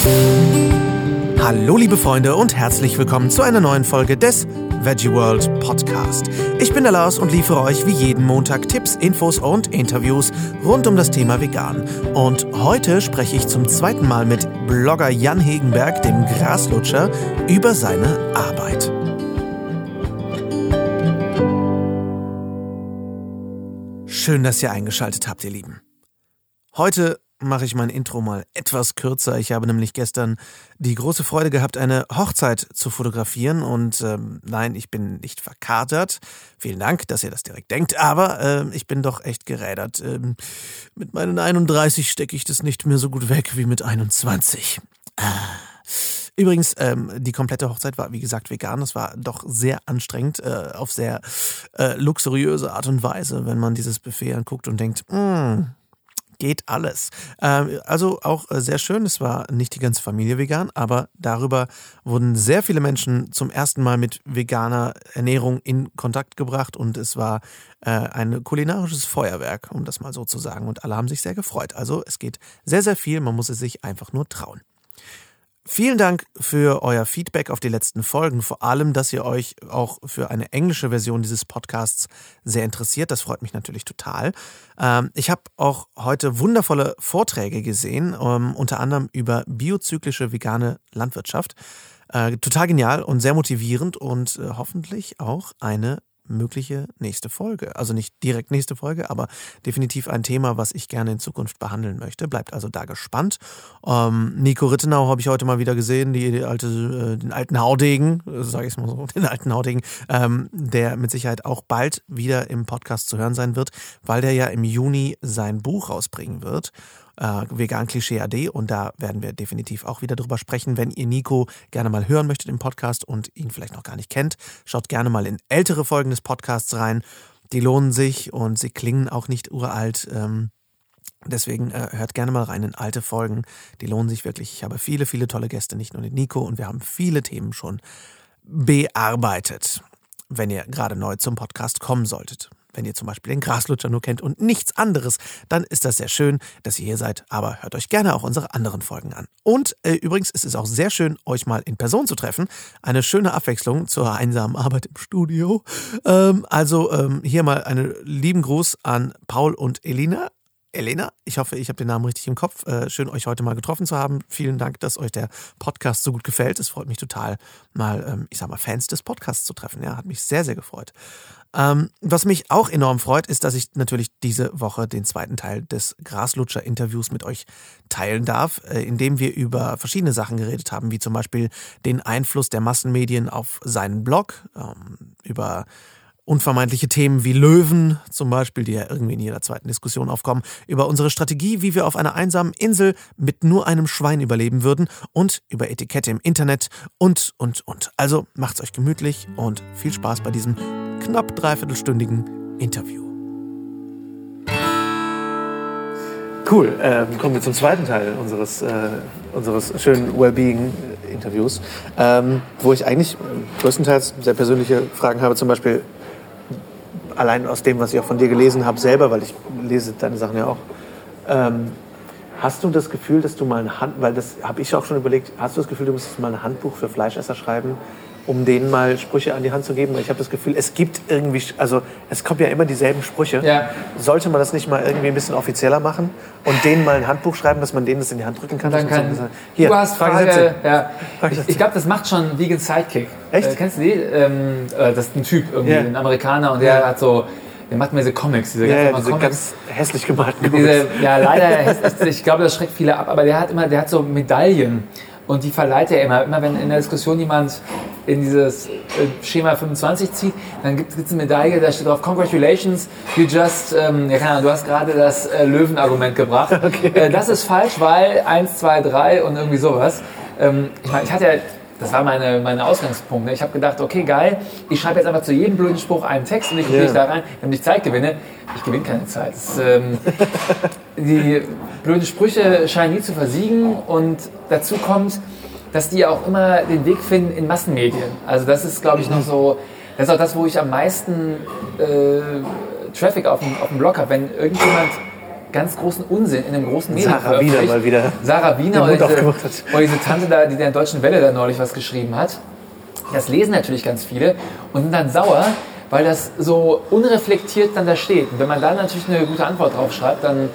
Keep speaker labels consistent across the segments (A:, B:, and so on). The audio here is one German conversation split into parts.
A: Hallo liebe Freunde und herzlich willkommen zu einer neuen Folge des Veggie World Podcast. Ich bin der Lars und liefere euch wie jeden Montag Tipps, Infos und Interviews rund um das Thema Vegan. Und heute spreche ich zum zweiten Mal mit Blogger Jan Hegenberg, dem Graslutscher, über seine Arbeit. Schön, dass ihr eingeschaltet habt, ihr Lieben. Heute mache ich mein Intro mal etwas kürzer. Ich habe nämlich gestern die große Freude gehabt, eine Hochzeit zu fotografieren und nein, ich bin nicht verkatert. Vielen Dank, dass ihr das direkt denkt, aber ich bin doch echt gerädert. Mit meinen 31 stecke ich das nicht mehr so gut weg wie mit 21. Übrigens, die komplette Hochzeit war, wie gesagt, vegan. Es war doch sehr anstrengend, auf sehr luxuriöse Art und Weise, wenn man dieses Buffet anguckt und denkt, geht alles. Also auch sehr schön, es war nicht die ganze Familie vegan, aber darüber wurden sehr viele Menschen zum ersten Mal mit veganer Ernährung in Kontakt gebracht und es war ein kulinarisches Feuerwerk, um das mal so zu sagen, und alle haben sich sehr gefreut. Also es geht sehr, sehr viel, man muss es sich einfach nur trauen. Vielen Dank für euer Feedback auf die letzten Folgen, vor allem, dass ihr euch auch für eine englische Version dieses Podcasts sehr interessiert. Das freut mich natürlich total. Ich habe auch heute wundervolle Vorträge gesehen, unter anderem über biozyklische vegane Landwirtschaft. Total genial und sehr motivierend und hoffentlich auch eine mögliche nächste Folge. Also nicht direkt nächste Folge, aber definitiv ein Thema, was ich gerne in Zukunft behandeln möchte. Bleibt also da gespannt. Nico Rittenau habe ich heute mal wieder gesehen, den alten Haudegen, sage ich mal so, den alten Haudegen, der mit Sicherheit auch bald wieder im Podcast zu hören sein wird, weil der ja im Juni sein Buch rausbringen wird. Vegan Klischee AD, und da werden wir definitiv auch wieder drüber sprechen. Wenn ihr Nico gerne mal hören möchtet im Podcast und ihn vielleicht noch gar nicht kennt, schaut gerne mal in ältere Folgen des Podcasts rein. Die lohnen sich und sie klingen auch nicht uralt. Deswegen hört gerne mal rein in alte Folgen. Die lohnen sich wirklich. Ich habe viele, viele tolle Gäste, nicht nur den Nico, und wir haben viele Themen schon bearbeitet, wenn ihr gerade neu zum Podcast kommen solltet. Wenn ihr zum Beispiel den Graslutscher nur kennt und nichts anderes, dann ist das sehr schön, dass ihr hier seid. Aber hört euch gerne auch unsere anderen Folgen an. Und übrigens ist es auch sehr schön, euch mal in Person zu treffen. Eine schöne Abwechslung zur einsamen Arbeit im Studio. Hier mal einen lieben Gruß an Paul und Elena. Ich hoffe, ich habe den Namen richtig im Kopf. Schön, euch heute mal getroffen zu haben. Vielen Dank, dass euch der Podcast so gut gefällt. Es freut mich total, mal, Fans des Podcasts zu treffen. Ja, hat mich sehr, sehr gefreut. Was mich auch enorm freut, ist, dass ich natürlich diese Woche den zweiten Teil des Graslutscher-Interviews mit euch teilen darf, in dem wir über verschiedene Sachen geredet haben, wie zum Beispiel den Einfluss der Massenmedien auf seinen Blog, über unvermeidliche Themen wie Löwen zum Beispiel, die ja irgendwie in jeder zweiten Diskussion aufkommen, über unsere Strategie, wie wir auf einer einsamen Insel mit nur einem Schwein überleben würden, und über Etikette im Internet und. Also macht's euch gemütlich und viel Spaß bei diesem knapp 3/4-stündigen Interview. Cool, kommen wir zum zweiten Teil unseres schönen Wellbeing-Interviews, wo ich eigentlich größtenteils sehr persönliche Fragen habe, zum Beispiel allein aus dem, was ich auch von dir gelesen habe selber, weil ich lese deine Sachen ja auch. Hast du das Gefühl, dass du mal weil das habe ich auch schon überlegt, hast du das Gefühl, du müsstest mal ein Handbuch für Fleischesser schreiben, um denen mal Sprüche an die Hand zu geben? Weil ich habe das Gefühl, es gibt irgendwie, also es kommen ja immer dieselben Sprüche. Ja. Sollte man das nicht mal irgendwie ein bisschen offizieller machen und denen mal ein Handbuch schreiben, dass man denen das in die Hand drücken kann?
B: Dann kann hier, du hast Frage, ja. Ich glaube, das macht schon Vegan Sidekick. Echt? Kennst du die? Das ist ein Typ, irgendwie, ein Amerikaner, und der hat so, der macht mir diese Comics, diese
A: ganz hässlich gemalten Comics.
B: Leider hässlich, ich glaube, das schreckt viele ab, aber der hat so Medaillen. Und die verleiht er immer, wenn in der Diskussion jemand in dieses Schema 25 zieht, dann gibt es eine Medaille, da steht drauf, Congratulations, you just, du hast gerade das Löwenargument gebracht. Okay. Das ist falsch, weil 1, 2, 3 und irgendwie sowas. Ich hatte ja, das war meine Ausgangspunkt. Ich habe gedacht, okay, geil, ich schreibe jetzt einfach zu jedem blöden Spruch einen Text und ich kopiere da rein, damit ich Zeit gewinne. Ich gewinne keine Zeit. Die blöden Sprüche scheinen nie zu versiegen, und dazu kommt, dass die auch immer den Weg finden in Massenmedien. Also das ist, glaube ich, noch so, das ist auch das, wo ich am meisten Traffic auf dem Blog habe. Wenn irgendjemand ganz großen Unsinn in einem großen Medien
A: Sarah Wiener mal wieder.
B: Sarah Wiener oder diese Tante da, die der Deutschen Welle da neulich was geschrieben hat. Das lesen natürlich ganz viele und sind dann sauer, weil das so unreflektiert dann da steht. Und wenn man da natürlich eine gute Antwort drauf schreibt, dann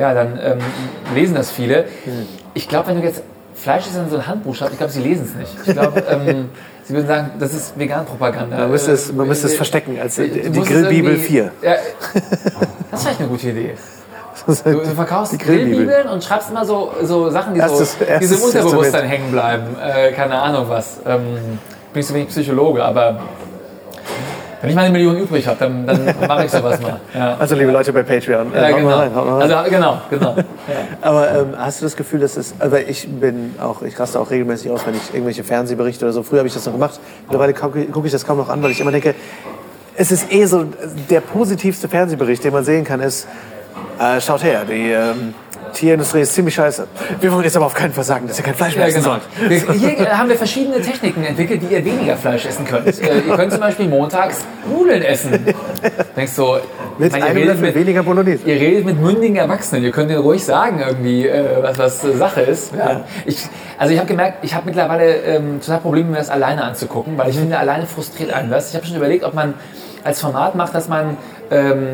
B: lesen das viele. Ich glaube, wenn du jetzt Fleisch ist in so ein Handbuch schreibst, ich glaube, sie lesen es nicht. Ich glaube, sie würden sagen, das ist Vegan-Propaganda.
A: Man müsste es verstecken als die Grillbibel 4.
B: Ja, das ist vielleicht eine gute Idee. Du verkaufst die Grillbibeln und schreibst immer so Sachen, die so im Unterbewusstsein hängen bleiben. Keine Ahnung was. Bin ich so wenig Psychologe, aber wenn ich mal 1 Million übrig habe, dann mache ich sowas mal. Ja.
A: Also liebe Leute bei Patreon,
B: ja, genau.
A: Mal rein.
B: Also genau. Ja.
A: Aber hast du das Gefühl, dass es, weil ich raste auch regelmäßig aus, wenn ich irgendwelche Fernsehberichte oder so, früher habe ich das noch gemacht, mittlerweile gucke ich das kaum noch an, weil ich immer denke, es ist so, der positivste Fernsehbericht, den man sehen kann, ist, schaut her, die Tierindustrie ist ziemlich scheiße. Wir wollen jetzt aber auf keinen Fall sagen, dass ihr kein Fleisch mehr essen sollt.
B: Hier haben wir verschiedene Techniken entwickelt, wie ihr weniger Fleisch essen könnt. Ihr könnt zum Beispiel montags Nudeln essen. Denkst du,
A: mit einem Löffel weniger Bolognese.
B: Ihr redet mit mündigen Erwachsenen. Ihr könnt denen ruhig sagen, irgendwie, was Sache ist. Ja. Ich habe gemerkt, ich habe mittlerweile total Probleme, mir das alleine anzugucken, weil ich finde, alleine frustriert einen das. Ich habe schon überlegt, ob man als Format macht, dass man so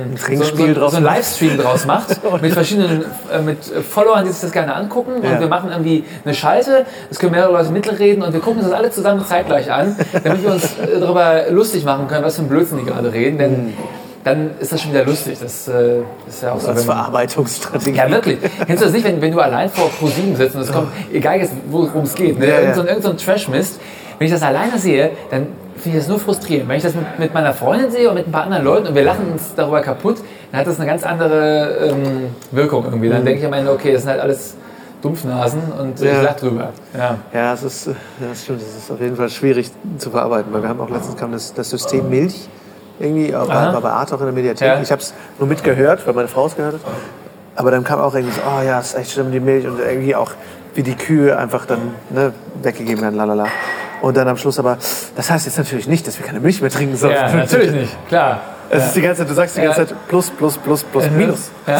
B: einen Livestream draus macht mit verschiedenen mit Followern, die sich das gerne angucken und wir machen irgendwie eine Schalte, es können mehrere Leute mitreden und wir gucken uns das alle zusammen zeitgleich an, damit wir uns darüber lustig machen können, was für ein Blödsinn die gerade reden, denn dann ist das schon wieder lustig. Das ist ja auch so.
A: Als Verarbeitungsstrategie.
B: Ja, wirklich. Kennst du das nicht, wenn du allein vor Pro7 sitzt und es kommt, egal jetzt, worum es geht, ne? Irgend so ein Trash-Mist, wenn ich das alleine sehe, dann finde ich das nur frustrierend. Wenn ich das mit meiner Freundin sehe und mit ein paar anderen Leuten und wir lachen uns darüber kaputt, dann hat das eine ganz andere Wirkung irgendwie. Dann denke ich am Ende, okay, das sind halt alles Dumpfnasen und ich lache drüber.
A: Ja, das stimmt. Das ist auf jeden Fall schwierig zu verarbeiten, weil wir haben auch letztens kam das System Milch irgendwie, war bei Arte auch in der Mediathek. Ja. Ich habe es nur mitgehört, weil meine Frau es gehört hat. Aber dann kam auch irgendwie so, oh ja, ist echt schlimm, die Milch und irgendwie auch, wie die Kühe einfach dann weggegeben werden, lalala. Und dann am Schluss aber, das heißt jetzt natürlich nicht, dass wir keine Milch mehr trinken sollen.
B: Ja, natürlich nicht, klar.
A: Es ist die ganze Zeit, du sagst die ganze Zeit plus, minus.
B: Ja.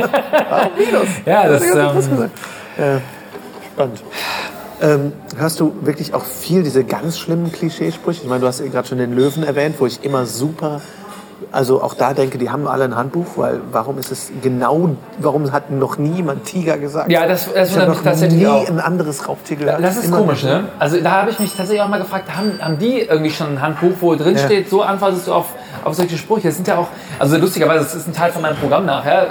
A: Minus.
B: Ja, das ist
A: spannend. Hörst du wirklich auch viel diese ganz schlimmen Klischeesprüche? Ich meine, du hast gerade schon den Löwen erwähnt, wo ich immer also auch da denke, die haben alle ein Handbuch, weil warum hat noch nie jemand Tiger gesagt?
B: Ja, das wundert mich tatsächlich auch.
A: Ein anderes Raubtier gesagt.
B: Das ist komisch, ne? Also da habe ich mich tatsächlich auch mal gefragt, haben die irgendwie schon ein Handbuch, wo drin steht, so antwortest du auf solche Sprüche? Das sind ja auch, also lustigerweise, das ist ein Teil von meinem Programm nachher.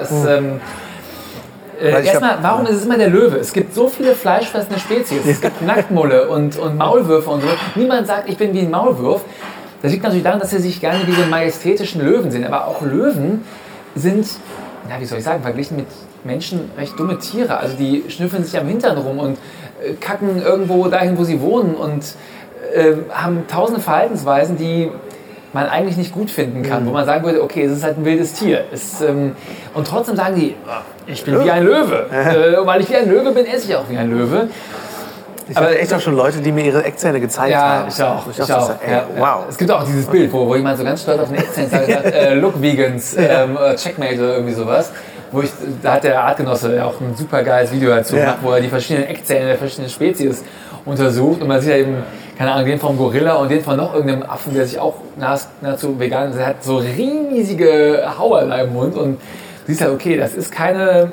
B: Erstmal, warum ist es immer der Löwe? Es gibt so viele fleischfressende Spezies. Es gibt Nacktmulle und Maulwürfe und so. Niemand sagt, ich bin wie ein Maulwurf. Das liegt natürlich daran, dass sie sich gerne wie so majestätischen Löwen sehen. Aber auch Löwen sind, wie soll ich sagen, verglichen mit Menschen recht dumme Tiere. Also die schnüffeln sich am Hintern rum und kacken irgendwo dahin, wo sie wohnen und haben tausende Verhaltensweisen, die man eigentlich nicht gut finden kann, wo man sagen würde, okay, es ist halt ein wildes Tier. Und trotzdem sagen die, ich bin wie ein Löwe. Weil ich wie ein Löwe bin, esse ich auch wie ein Löwe.
A: Ich hatte echt auch schon Leute, die mir ihre Eckzähne gezeigt haben.
B: Ich auch. Wow. Es gibt auch dieses Bild, wo jemand so ganz stolz auf den Eckzähnen sagt, look Vegans, Checkmate oder irgendwie sowas. Da hat der Artgenosse auch ein super geiles Video dazu gemacht, wo er die verschiedenen Eckzähne der verschiedenen Spezies untersucht. Und man sieht ja eben, keine Ahnung, den vom Gorilla und den von noch irgendeinem Affen, der sich auch nahezu vegan ist. Der hat so riesige Hauerlei im Mund und du siehst ja, okay, das ist kein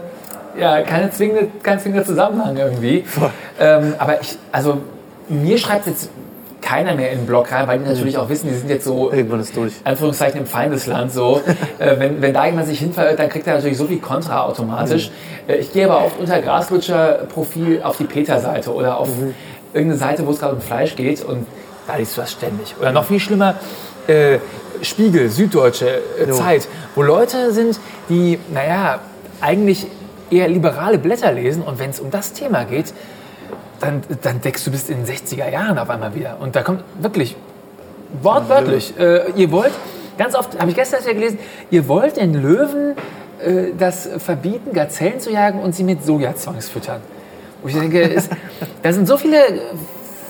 B: zwingender Zusammenhang irgendwie. Aber mir schreibt jetzt keiner mehr in den Blog rein, weil die natürlich auch wissen, die sind jetzt so,
A: irgendwann ist durch.
B: Anführungszeichen im Feindesland so. Wenn da jemand sich hinverirrt, dann kriegt er natürlich so viel Kontra automatisch. Ich gehe aber oft unter Graslutscher-Profil auf die Peter-Seite oder auf irgendeine Seite, wo es gerade um Fleisch geht und da liest du das ständig. Oder noch viel schlimmer, Spiegel, Süddeutsche, Zeit, wo Leute sind, die, eigentlich eher liberale Blätter lesen und wenn es um das Thema geht, dann denkst du, bist in den 60er Jahren auf einmal wieder. Und da kommt wirklich, wortwörtlich, ihr wollt, ganz oft, habe ich gestern erst gelesen, ihr wollt den Löwen das verbieten, Gazellen zu jagen und sie mit Sojazwangs füttern. Wo ich denke, da sind so viele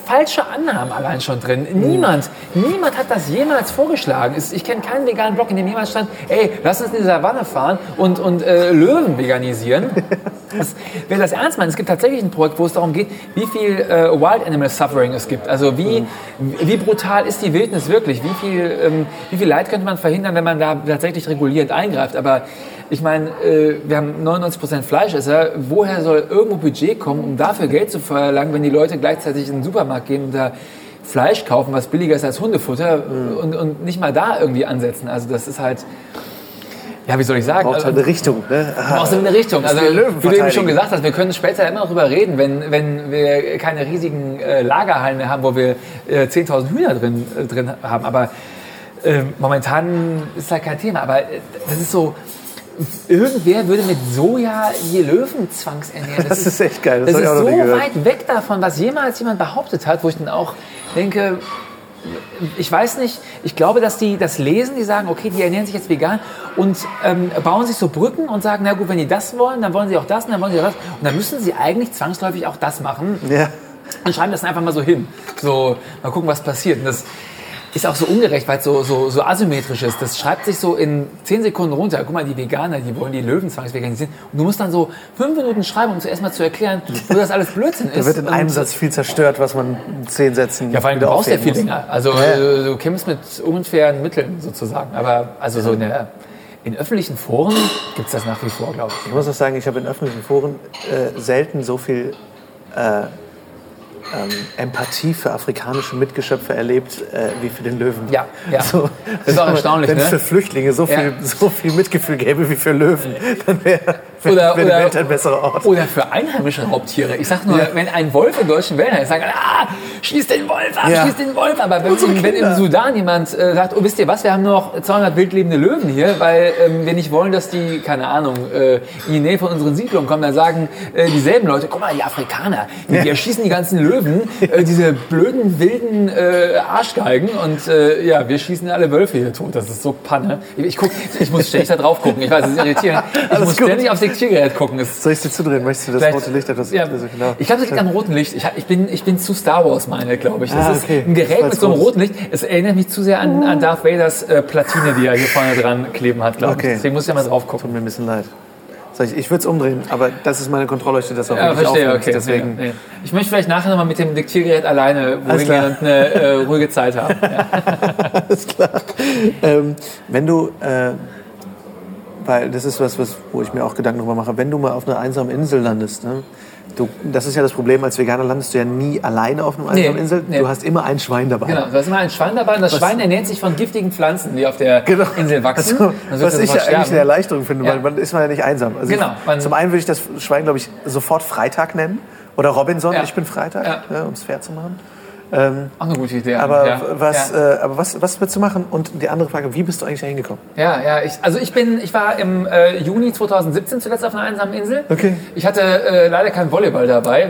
B: falsche Annahmen allein schon drin. Niemand hat das jemals vorgeschlagen. Ich kenne keinen veganen Blog, in dem jemals stand, ey, lass uns in die Savanne fahren und Löwen veganisieren. Wer das ernst meint, es gibt tatsächlich ein Projekt, wo es darum geht, wie viel Wild Animal Suffering es gibt. Also wie brutal ist die Wildnis wirklich? Wie viel Leid könnte man verhindern, wenn man da tatsächlich regulierend eingreift? Aber ich meine, wir haben 99% Fleischesser. Woher soll irgendwo Budget kommen, um dafür Geld zu verlangen, wenn die Leute gleichzeitig in den Supermarkt gehen und da Fleisch kaufen, was billiger ist als Hundefutter und nicht mal da irgendwie ansetzen? Also das ist halt... Ja, wie soll ich sagen?
A: Braucht halt eine Richtung, ne?
B: Braucht eine Richtung. Also, wie du eben schon gesagt hast, wir können später immer noch drüber reden, wenn wir keine riesigen Lagerhallen mehr haben, wo wir 10.000 Hühner drin haben. Aber momentan ist halt kein Thema. Aber das ist so... Irgendwer würde mit Soja die Löwen zwangsernähren.
A: Das ist echt geil.
B: Das ist so weit weg davon, was jemals jemand behauptet hat, wo ich dann auch denke... Ich weiß nicht, ich glaube, dass die das lesen, die sagen, okay, die ernähren sich jetzt vegan und bauen sich so Brücken und sagen, na gut, wenn die das wollen, dann wollen sie auch das und dann wollen sie auch das. Und dann müssen sie eigentlich zwangsläufig auch das machen. Ja. Und schreiben das einfach mal so hin. So, mal gucken, was passiert. Und das ist auch so ungerecht, weil es so asymmetrisch ist. Das schreibt sich so in 10 Sekunden runter. Guck mal, die Veganer, die wollen die Löwen zwangsveganisieren. Und du musst dann so 5 Minuten schreiben, um zuerst mal zu erklären, wo das alles Blödsinn ist.
A: Da wird in einem Satz viel zerstört, was man in 10 Sätzen...
B: Ja, vor allem, du brauchst ja viel länger. Also du kämpfst mit unfairen Mitteln sozusagen. Aber also so in öffentlichen Foren gibt es das nach wie vor, glaube ich.
A: Ich muss auch sagen, ich habe in öffentlichen Foren selten so viel... Empathie für afrikanische Mitgeschöpfe erlebt, wie für den Löwen.
B: Ja. So, das ist auch erstaunlich.
A: Wenn es für Flüchtlinge so viel Mitgefühl gäbe wie für Löwen, dann wäre die Welt ein besserer Ort.
B: Oder für einheimische Raubtiere. Ich sag nur, wenn ein Wolf in deutschen Wäldern ist, sagen alle, schieß den Wolf ab, schieß den Wolf ab. Aber wenn im Sudan jemand sagt, oh, wisst ihr was, wir haben noch 200 wildlebende Löwen hier, weil wir nicht wollen, dass die, keine Ahnung, in die Nähe von unseren Siedlungen kommen, dann sagen dieselben Leute, guck mal, die Afrikaner, die erschießen die ganzen Löwen, diese blöden, wilden Arschgeigen und wir schießen alle Wölfe hier tot. Das ist so Panne. Ich muss ständig da drauf gucken. Ich weiß, das ist irritierend. Ich muss ständig aufs Diktiergerät gucken.
A: Soll ich dir zudrehen? Möchtest du das rote Licht etwas?
B: Ja. Genau. Ich glaube, es liegt am roten Licht. Ich bin zu Star Wars, glaube ich. Das ist ein Gerät mit so einem roten Licht. Es erinnert mich zu sehr an Darth Vaders Platine, die er hier vorne dran kleben hat, glaube ich. Deswegen muss ich ja mal drauf gucken.
A: Tut mir ein bisschen leid. Ich würde es umdrehen, aber das ist meine Kontrollleuchte, das auch
B: wirklich
A: aufnimmt.
B: Okay.
A: Deswegen.
B: Ja. Ich möchte vielleicht nachher nochmal mit dem Diktiergerät alleine wohin gehen und eine ruhige Zeit haben. Ja.
A: Alles klar. Wenn du, weil das ist was, wo ich mir auch Gedanken drüber mache, wenn du mal auf einer einsamen Insel landest, ne? Das ist ja das Problem, als Veganer landest du ja nie alleine auf einer einsamen Insel. Du hast immer ein Schwein dabei.
B: Genau, du hast immer ein Schwein dabei und das Schwein ernährt sich von giftigen Pflanzen, die auf der Insel wachsen.
A: Also, was ich ja eigentlich eine Erleichterung finde, weil man ist ja nicht einsam. Also zum einen würde ich das Schwein, glaube ich, sofort Freitag nennen. Oder Robinson, ich bin Freitag, um es fair zu machen.
B: Auch eine gute Idee.
A: Aber was willst du machen? Und die andere Frage, wie bist du eigentlich da hingekommen?
B: Ich war im Juni 2017 zuletzt auf einer einsamen Insel.
A: Okay.
B: Ich hatte leider keinen Volleyball dabei.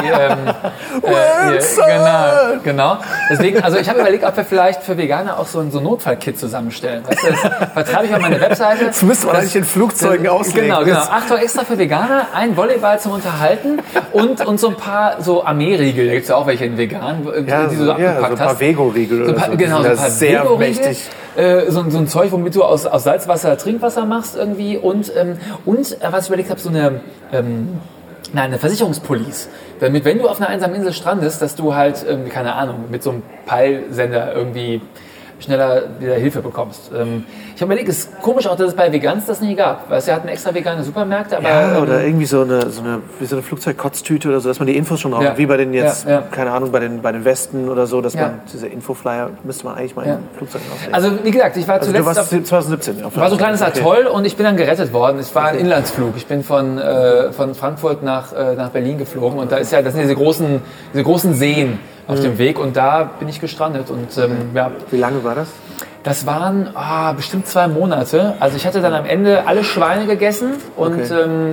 B: Genau. Deswegen, also ich habe überlegt, ob wir vielleicht für Veganer auch so ein Notfallkit zusammenstellen. Weißt du, das vertreibe ich auf meine Webseite.
A: Das müsste man eigentlich in Flugzeugen auslegen.
B: Genau. Achtung, extra für Veganer, ein Volleyball zum Unterhalten und so ein paar so Armeeriegel. Da gibt es ja auch welche in vegan. Die du so abgepackt hast.
A: So ein paar Vego-Riegel oder so.
B: Genau, so ein paar
A: sehr mächtig.
B: So ein Zeug, womit du aus Salzwasser Trinkwasser machst irgendwie. Und was ich überlegt habe, so eine Versicherungspolice. Damit, wenn du auf einer einsamen Insel strandest, dass du halt, keine Ahnung, mit so einem Peilsender irgendwie schneller wieder Hilfe bekommst. Ich habe überlegt, es ist komisch auch, dass es bei Vegans das nie gab. Weil sie hatten extra vegane Supermärkte, aber...
A: oder irgendwie so eine Flugzeugkotztüte oder so, dass man die Infos schon drauf hat. Wie bei den jetzt, keine Ahnung, bei den Westen oder so, dass man diese Infoflyer müsste man eigentlich mal in Flugzeugen auslegen.
B: Also wie gesagt, ich war zuletzt...
A: Du warst 2017
B: war so ein kleines Atoll und ich bin dann gerettet worden. Es war ein Inlandsflug. Ich bin von Frankfurt nach Berlin geflogen und das sind diese großen Seen auf dem Weg und da bin ich gestrandet. Und,
A: Wie lange war das?
B: Das waren bestimmt 2 Monate. Also ich hatte dann am Ende alle Schweine gegessen und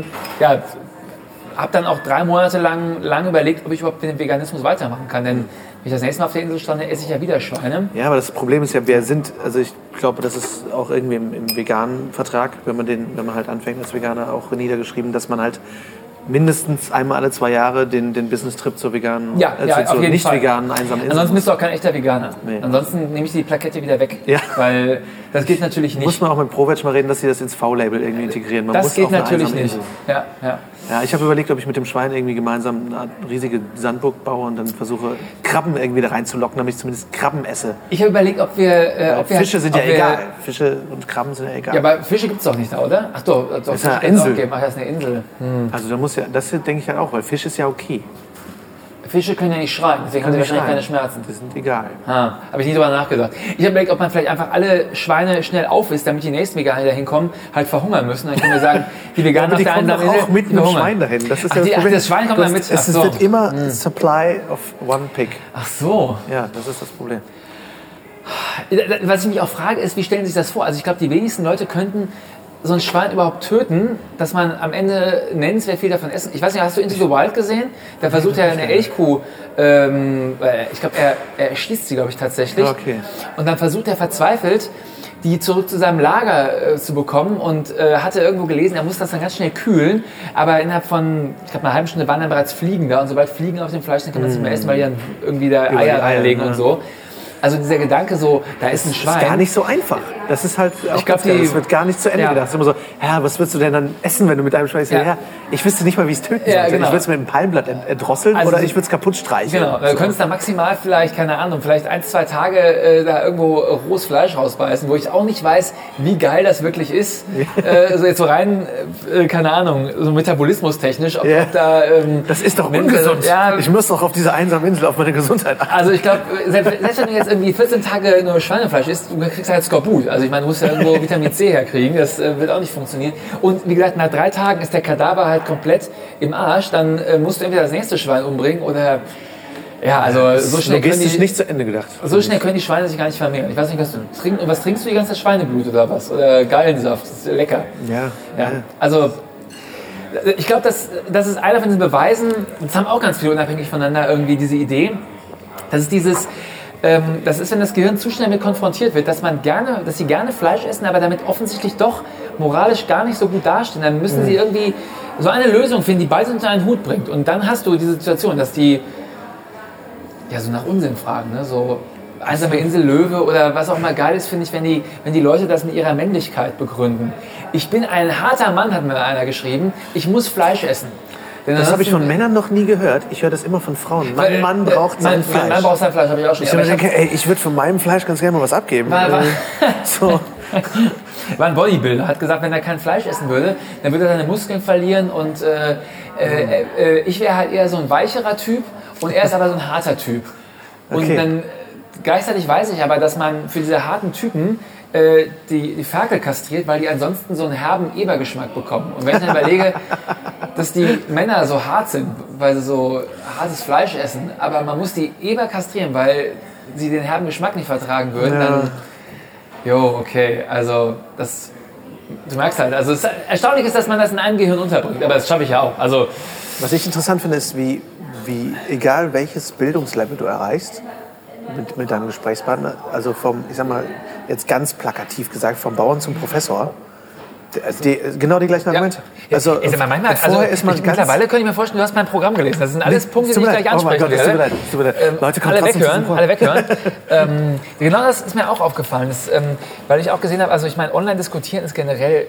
B: habe dann auch 3 Monate lang überlegt, ob ich überhaupt mit dem Veganismus weitermachen kann. Denn wenn ich das nächste Mal auf der Insel strande, esse ich ja wieder Schweine. Ja,
A: aber das Problem ist ja, ich glaube, das ist auch irgendwie im veganen Vertrag, wenn man halt anfängt als Veganer, auch niedergeschrieben, dass man halt mindestens einmal alle 2 Jahre den Business-Trip zur veganen,
B: auf
A: zur
B: jeden
A: nicht
B: Fall.
A: veganen einsamen Insel.
B: Ansonsten bist du auch kein echter Veganer.
A: Nee.
B: Ansonsten nehme ich die Plakette wieder weg.
A: Ja.
B: Weil das geht natürlich nicht.
A: Muss man auch mit ProVeg mal reden, dass sie das ins V-Label irgendwie integrieren. Man
B: das
A: muss
B: geht
A: auf eine
B: natürlich
A: einsame
B: nicht.
A: Insel.
B: Ja.
A: Ich habe überlegt, ob ich mit dem Schwein irgendwie gemeinsam eine Art riesige Sandburg baue und dann versuche, Krabben irgendwie da reinzulocken, damit ich zumindest Krabben esse.
B: Ich habe überlegt, ob wir...
A: Fische sind ja egal. Fische und Krabben sind ja egal.
B: Ja, aber Fische gibt es doch nicht da, oder? Ach doch,
A: das ist eine Insel.
B: Ach, das ist eine Insel.
A: Also da muss ja, das denke ich halt auch, weil Fisch ist ja okay.
B: Fische können ja nicht schreien, deswegen haben sie wahrscheinlich keine Schmerzen.
A: Die sind egal.
B: Habe ich nie drüber nachgedacht. Ich habe überlegt, ob man vielleicht einfach alle Schweine schnell aufisst, damit die nächsten Veganer, die da hinkommen, halt verhungern müssen. Dann können wir sagen, die Veganer
A: auf der einen Seite auch mit einem Schwein dahin. Das ist ja das Problem.
B: Das Schwein kommt dann mit.
A: Es wird immer Supply of one pig.
B: Ach so.
A: Ja, das ist das Problem.
B: Was ich mich auch frage, ist, wie stellen Sie sich das vor? Also ich glaube, die wenigsten Leute könnten so ein Schwein überhaupt töten, dass man am Ende nennenswert viel davon essen. Ich weiß nicht, hast du Into the Wild gesehen? Da versucht er eine Elchkuh, ich glaube, er erschießt sie, glaube ich, tatsächlich.
A: Okay.
B: Und dann versucht er verzweifelt, die zurück zu seinem Lager zu bekommen und hatte irgendwo gelesen, er muss das dann ganz schnell kühlen, aber innerhalb von, ich glaube, einer halben Stunde waren dann bereits Fliegen da und sobald Fliegen auf dem Fleisch sind, kann man es nicht mehr essen, weil die dann irgendwie da Eier reinlegen und so. Also dieser Gedanke so, da ist ein Schwein.
A: Das ist gar nicht so einfach. Das ist halt,
B: ich glaube,
A: das wird gar nicht zu Ende gedacht. Es ist immer so, was würdest du denn dann essen, wenn du mit deinem Schwein isst? Ja, ich wüsste nicht mal, wie ich es töten sollte. Genau. Ich würde es mit einem Palmblatt erdrosseln oder ich würde es kaputt streichen.
B: Genau, du könntest da maximal vielleicht, keine Ahnung, vielleicht 1-2 Tage da irgendwo rohes Fleisch rausbeißen, wo ich auch nicht weiß, wie geil das wirklich ist. Also jetzt so rein, keine Ahnung, so metabolismustechnisch, ob da...
A: das ist doch ungesund. Ich muss doch auf dieser einsamen Insel auf meine Gesundheit achten.
B: Also ich glaube, selbst wenn du jetzt irgendwie 14 Tage nur Schweinefleisch isst, du kriegst halt Skorbut. Also ich meine, du musst ja irgendwo Vitamin C herkriegen, das wird auch nicht funktionieren. Und wie gesagt, nach 3 Tagen ist der Kadaver halt komplett im Arsch, dann musst du entweder das nächste Schwein umbringen oder... Ja, also so schnell können die...
A: nicht zu Ende gedacht.
B: So schnell können die Schweine sich gar nicht vermehren. Ich weiß nicht, was trinkst du die ganze Zeit? Schweineblut oder was? Oder Gallensaft, das ist lecker. Ja. Also... Ich glaube, das ist einer von diesen Beweisen, das haben auch ganz viele unabhängig voneinander irgendwie diese Idee, dass es dieses... das ist, wenn das Gehirn zu schnell mit konfrontiert wird, dass sie gerne Fleisch essen, aber damit offensichtlich doch moralisch gar nicht so gut dastehen. Dann müssen sie irgendwie so eine Lösung finden, die beides unter einen Hut bringt. Und dann hast du diese Situation, dass die so nach Unsinn fragen, ne? So einsame Insel, Löwe oder was auch immer geil ist, finde ich, wenn die Leute das mit ihrer Männlichkeit begründen. Ich bin ein harter Mann, hat mir einer geschrieben, ich muss Fleisch essen.
A: Das habe ich von Männern noch nie gehört. Ich höre das immer von Frauen. Mein Mann braucht sein Fleisch.
B: Mein Mann braucht sein Fleisch, habe ich auch schon.
A: Ich denke, ich würde von meinem Fleisch ganz gerne mal was abgeben.
B: So. War ein Bodybuilder, hat gesagt, wenn er kein Fleisch essen würde, dann würde er seine Muskeln verlieren und ich wäre halt eher so ein weicherer Typ und er ist aber so ein harter Typ. Und dann gleichzeitig weiß ich aber, dass man für diese harten Typen die Ferkel kastriert, weil die ansonsten so einen herben Ebergeschmack bekommen. Und wenn ich dann überlege, dass die Männer so hart sind, weil sie so hartes Fleisch essen, aber man muss die Eber kastrieren, weil sie den herben Geschmack nicht vertragen würden, dann... okay, also das... Du merkst halt, also erstaunlich ist, dass man das in einem Gehirn unterbringt, aber das schaffe ich ja auch. Also,
A: was ich interessant finde, ist, wie egal welches Bildungslevel du erreichst, mit deinem Gesprächspartner, also ich sag mal, jetzt ganz plakativ gesagt, vom Bauern zum Professor, genau die gleichen Argumente.
B: Also, mittlerweile könnte ich mir vorstellen, du hast mein Programm gelesen. Das sind alles Punkte, die ich gleich ansprechen werde.
A: Leute,
B: alle weghören. Genau das ist mir auch aufgefallen, weil ich auch gesehen habe, also ich meine, online diskutieren ist generell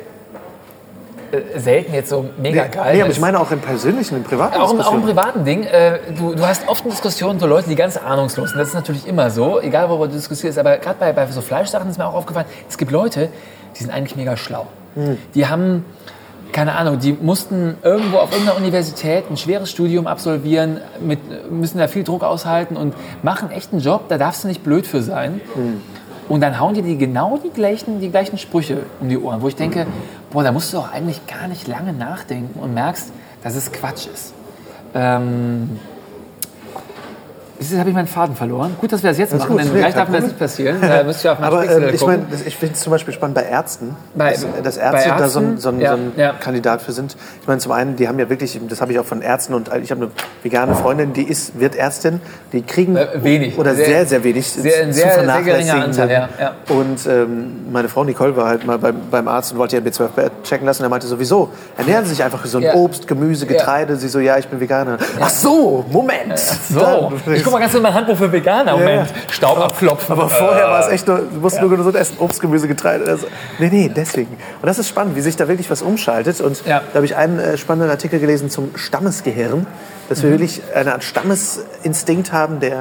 B: selten jetzt so mega geil.
A: Nee, aber ich meine auch im persönlichen, im privaten
B: auch im privaten Ding. Du hast oft in Diskussionen so Leute, die ganz ahnungslos sind. Das ist natürlich immer so, egal worüber du diskutierst. Aber gerade bei so Fleischsachen ist mir auch aufgefallen, es gibt Leute, die sind eigentlich mega schlau. Die haben, keine Ahnung, die mussten irgendwo auf irgendeiner Universität ein schweres Studium absolvieren, müssen da viel Druck aushalten und machen echt einen Job, da darfst du nicht blöd für sein. Und dann hauen die genau die gleichen Sprüche um die Ohren, wo ich denke, da musst du doch eigentlich gar nicht lange nachdenken und merkst, dass es Quatsch ist. Jetzt habe ich meinen Faden verloren. Gut, dass wir das jetzt machen,
A: gut,
B: denn gleich darf mir das nicht passieren. Da müsst ihr auf meinen
A: Aber
B: Spickzettel
A: ich
B: gucken.
A: meine, ich finde es zum Beispiel spannend bei Ärzten,
B: Bei
A: dass Ärzte da so
B: Ärzten?
A: ein
B: Ja.
A: Kandidat für sind. Ich meine, zum einen, die haben ja wirklich, das habe ich auch von Ärzten und ich habe eine vegane Freundin, die wird Ärztin, die kriegen
B: wenig.
A: oder sehr, sehr wenig
B: Sehr geringer Anteil, ja.
A: Und meine Frau Nicole war halt mal beim Arzt und wollte ihr B12 checken lassen. Er meinte sowieso, ernähren Sie sich einfach gesund, Obst, Gemüse, Getreide. Sie so, ja, ich bin Veganer. Ach so, Moment.
B: So, ich guck mal ganz in mein Handbuch für Veganer. Moment, Staub abklopfen.
A: Aber vorher war es echt nur, du musst nur gesund essen, Obst, Gemüse, Getreide. Also, nee, deswegen. Und das ist spannend, wie sich da wirklich was umschaltet. Und da habe ich einen spannenden Artikel gelesen zum Stammesgehirn, dass wir wirklich eine Art Stammesinstinkt haben, der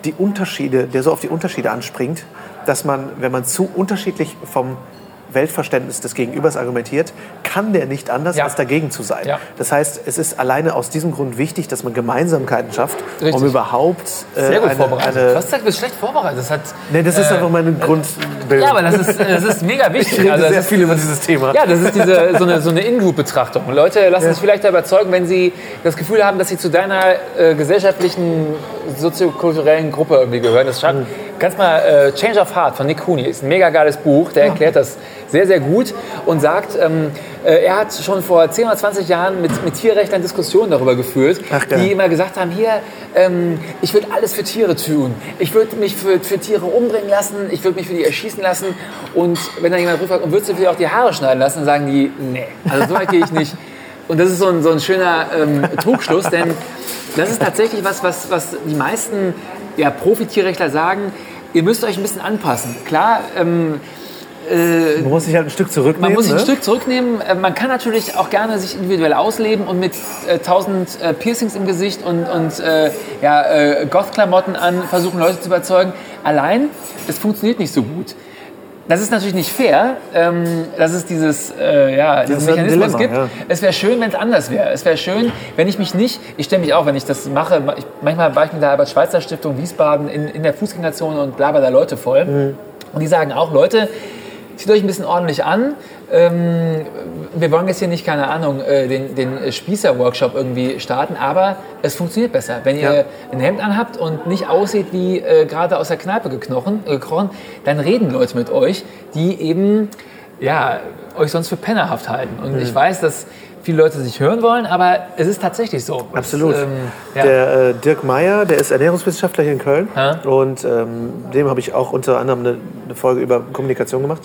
A: so auf die Unterschiede anspringt, dass man, wenn man zu unterschiedlich vom Weltverständnis des Gegenübers argumentiert, kann der nicht anders, als dagegen zu sein. Ja. Das heißt, es ist alleine aus diesem Grund wichtig, dass man Gemeinsamkeiten schafft, um überhaupt
B: sehr gut vorbereitet. Du hast gesagt, du bist schlecht vorbereitet.
A: Das ist einfach meine Grundbildung.
B: Ja, aber das ist mega wichtig.
A: Ich rede sehr viel über dieses Thema.
B: Ja, das ist so eine In-Group-Betrachtung. Leute lassen sich vielleicht da überzeugen, wenn sie das Gefühl haben, dass sie zu deiner gesellschaftlichen, soziokulturellen Gruppe irgendwie gehören. Das schreibt, kannst mal Change of Heart von Nick Cooney, ist ein mega geiles Buch, der erklärt das sehr, sehr gut und sagt, er hat schon vor 10 oder 20 Jahren mit Tierrechtlern Diskussionen darüber geführt, die immer gesagt haben, hier, ich würde alles für Tiere tun. Ich würde mich für Tiere umbringen lassen, ich würde mich für die erschießen lassen und wenn dann jemand fragt, und würdest du für die auch die Haare schneiden lassen, dann sagen die, nee, also so weit gehe ich nicht. Und das ist so ein schöner Trugschluss, denn das ist tatsächlich was die meisten Profi-Tierrechtler sagen, ihr müsst euch ein bisschen anpassen. Klar,
A: man muss sich halt ein Stück zurücknehmen.
B: Man muss sich ein Stück zurücknehmen. Man kann natürlich auch gerne sich individuell ausleben und mit 1000 Piercings im Gesicht und Goth-Klamotten an versuchen, Leute zu überzeugen. Allein, es funktioniert nicht so gut. Das ist natürlich nicht fair, dass es diesen Mechanismus gibt. Ja. Es wäre schön, wenn es anders wäre. Es wäre schön, wenn ich mich nicht, ich stelle mich auch, wenn ich das mache, manchmal war ich mit der Albert-Schweitzer-Stiftung Wiesbaden in der Fußgängerzone und laber da Leute voll. Mhm. Und die sagen auch, Leute, zieht euch ein bisschen ordentlich an. Wir wollen jetzt hier nicht, keine Ahnung, den Spießer-Workshop irgendwie starten, aber es funktioniert besser. Wenn ihr ein Hemd anhabt und nicht aussieht wie gerade aus der Kneipe gekrochen, dann reden Leute mit euch, die eben euch sonst für pennerhaft halten. Und ich weiß, dass viele Leute sich hören wollen, aber es ist tatsächlich so.
A: Absolut. Der Dirk Meyer, der ist Ernährungswissenschaftler hier in Köln und dem habe ich auch unter anderem eine Folge über Kommunikation gemacht.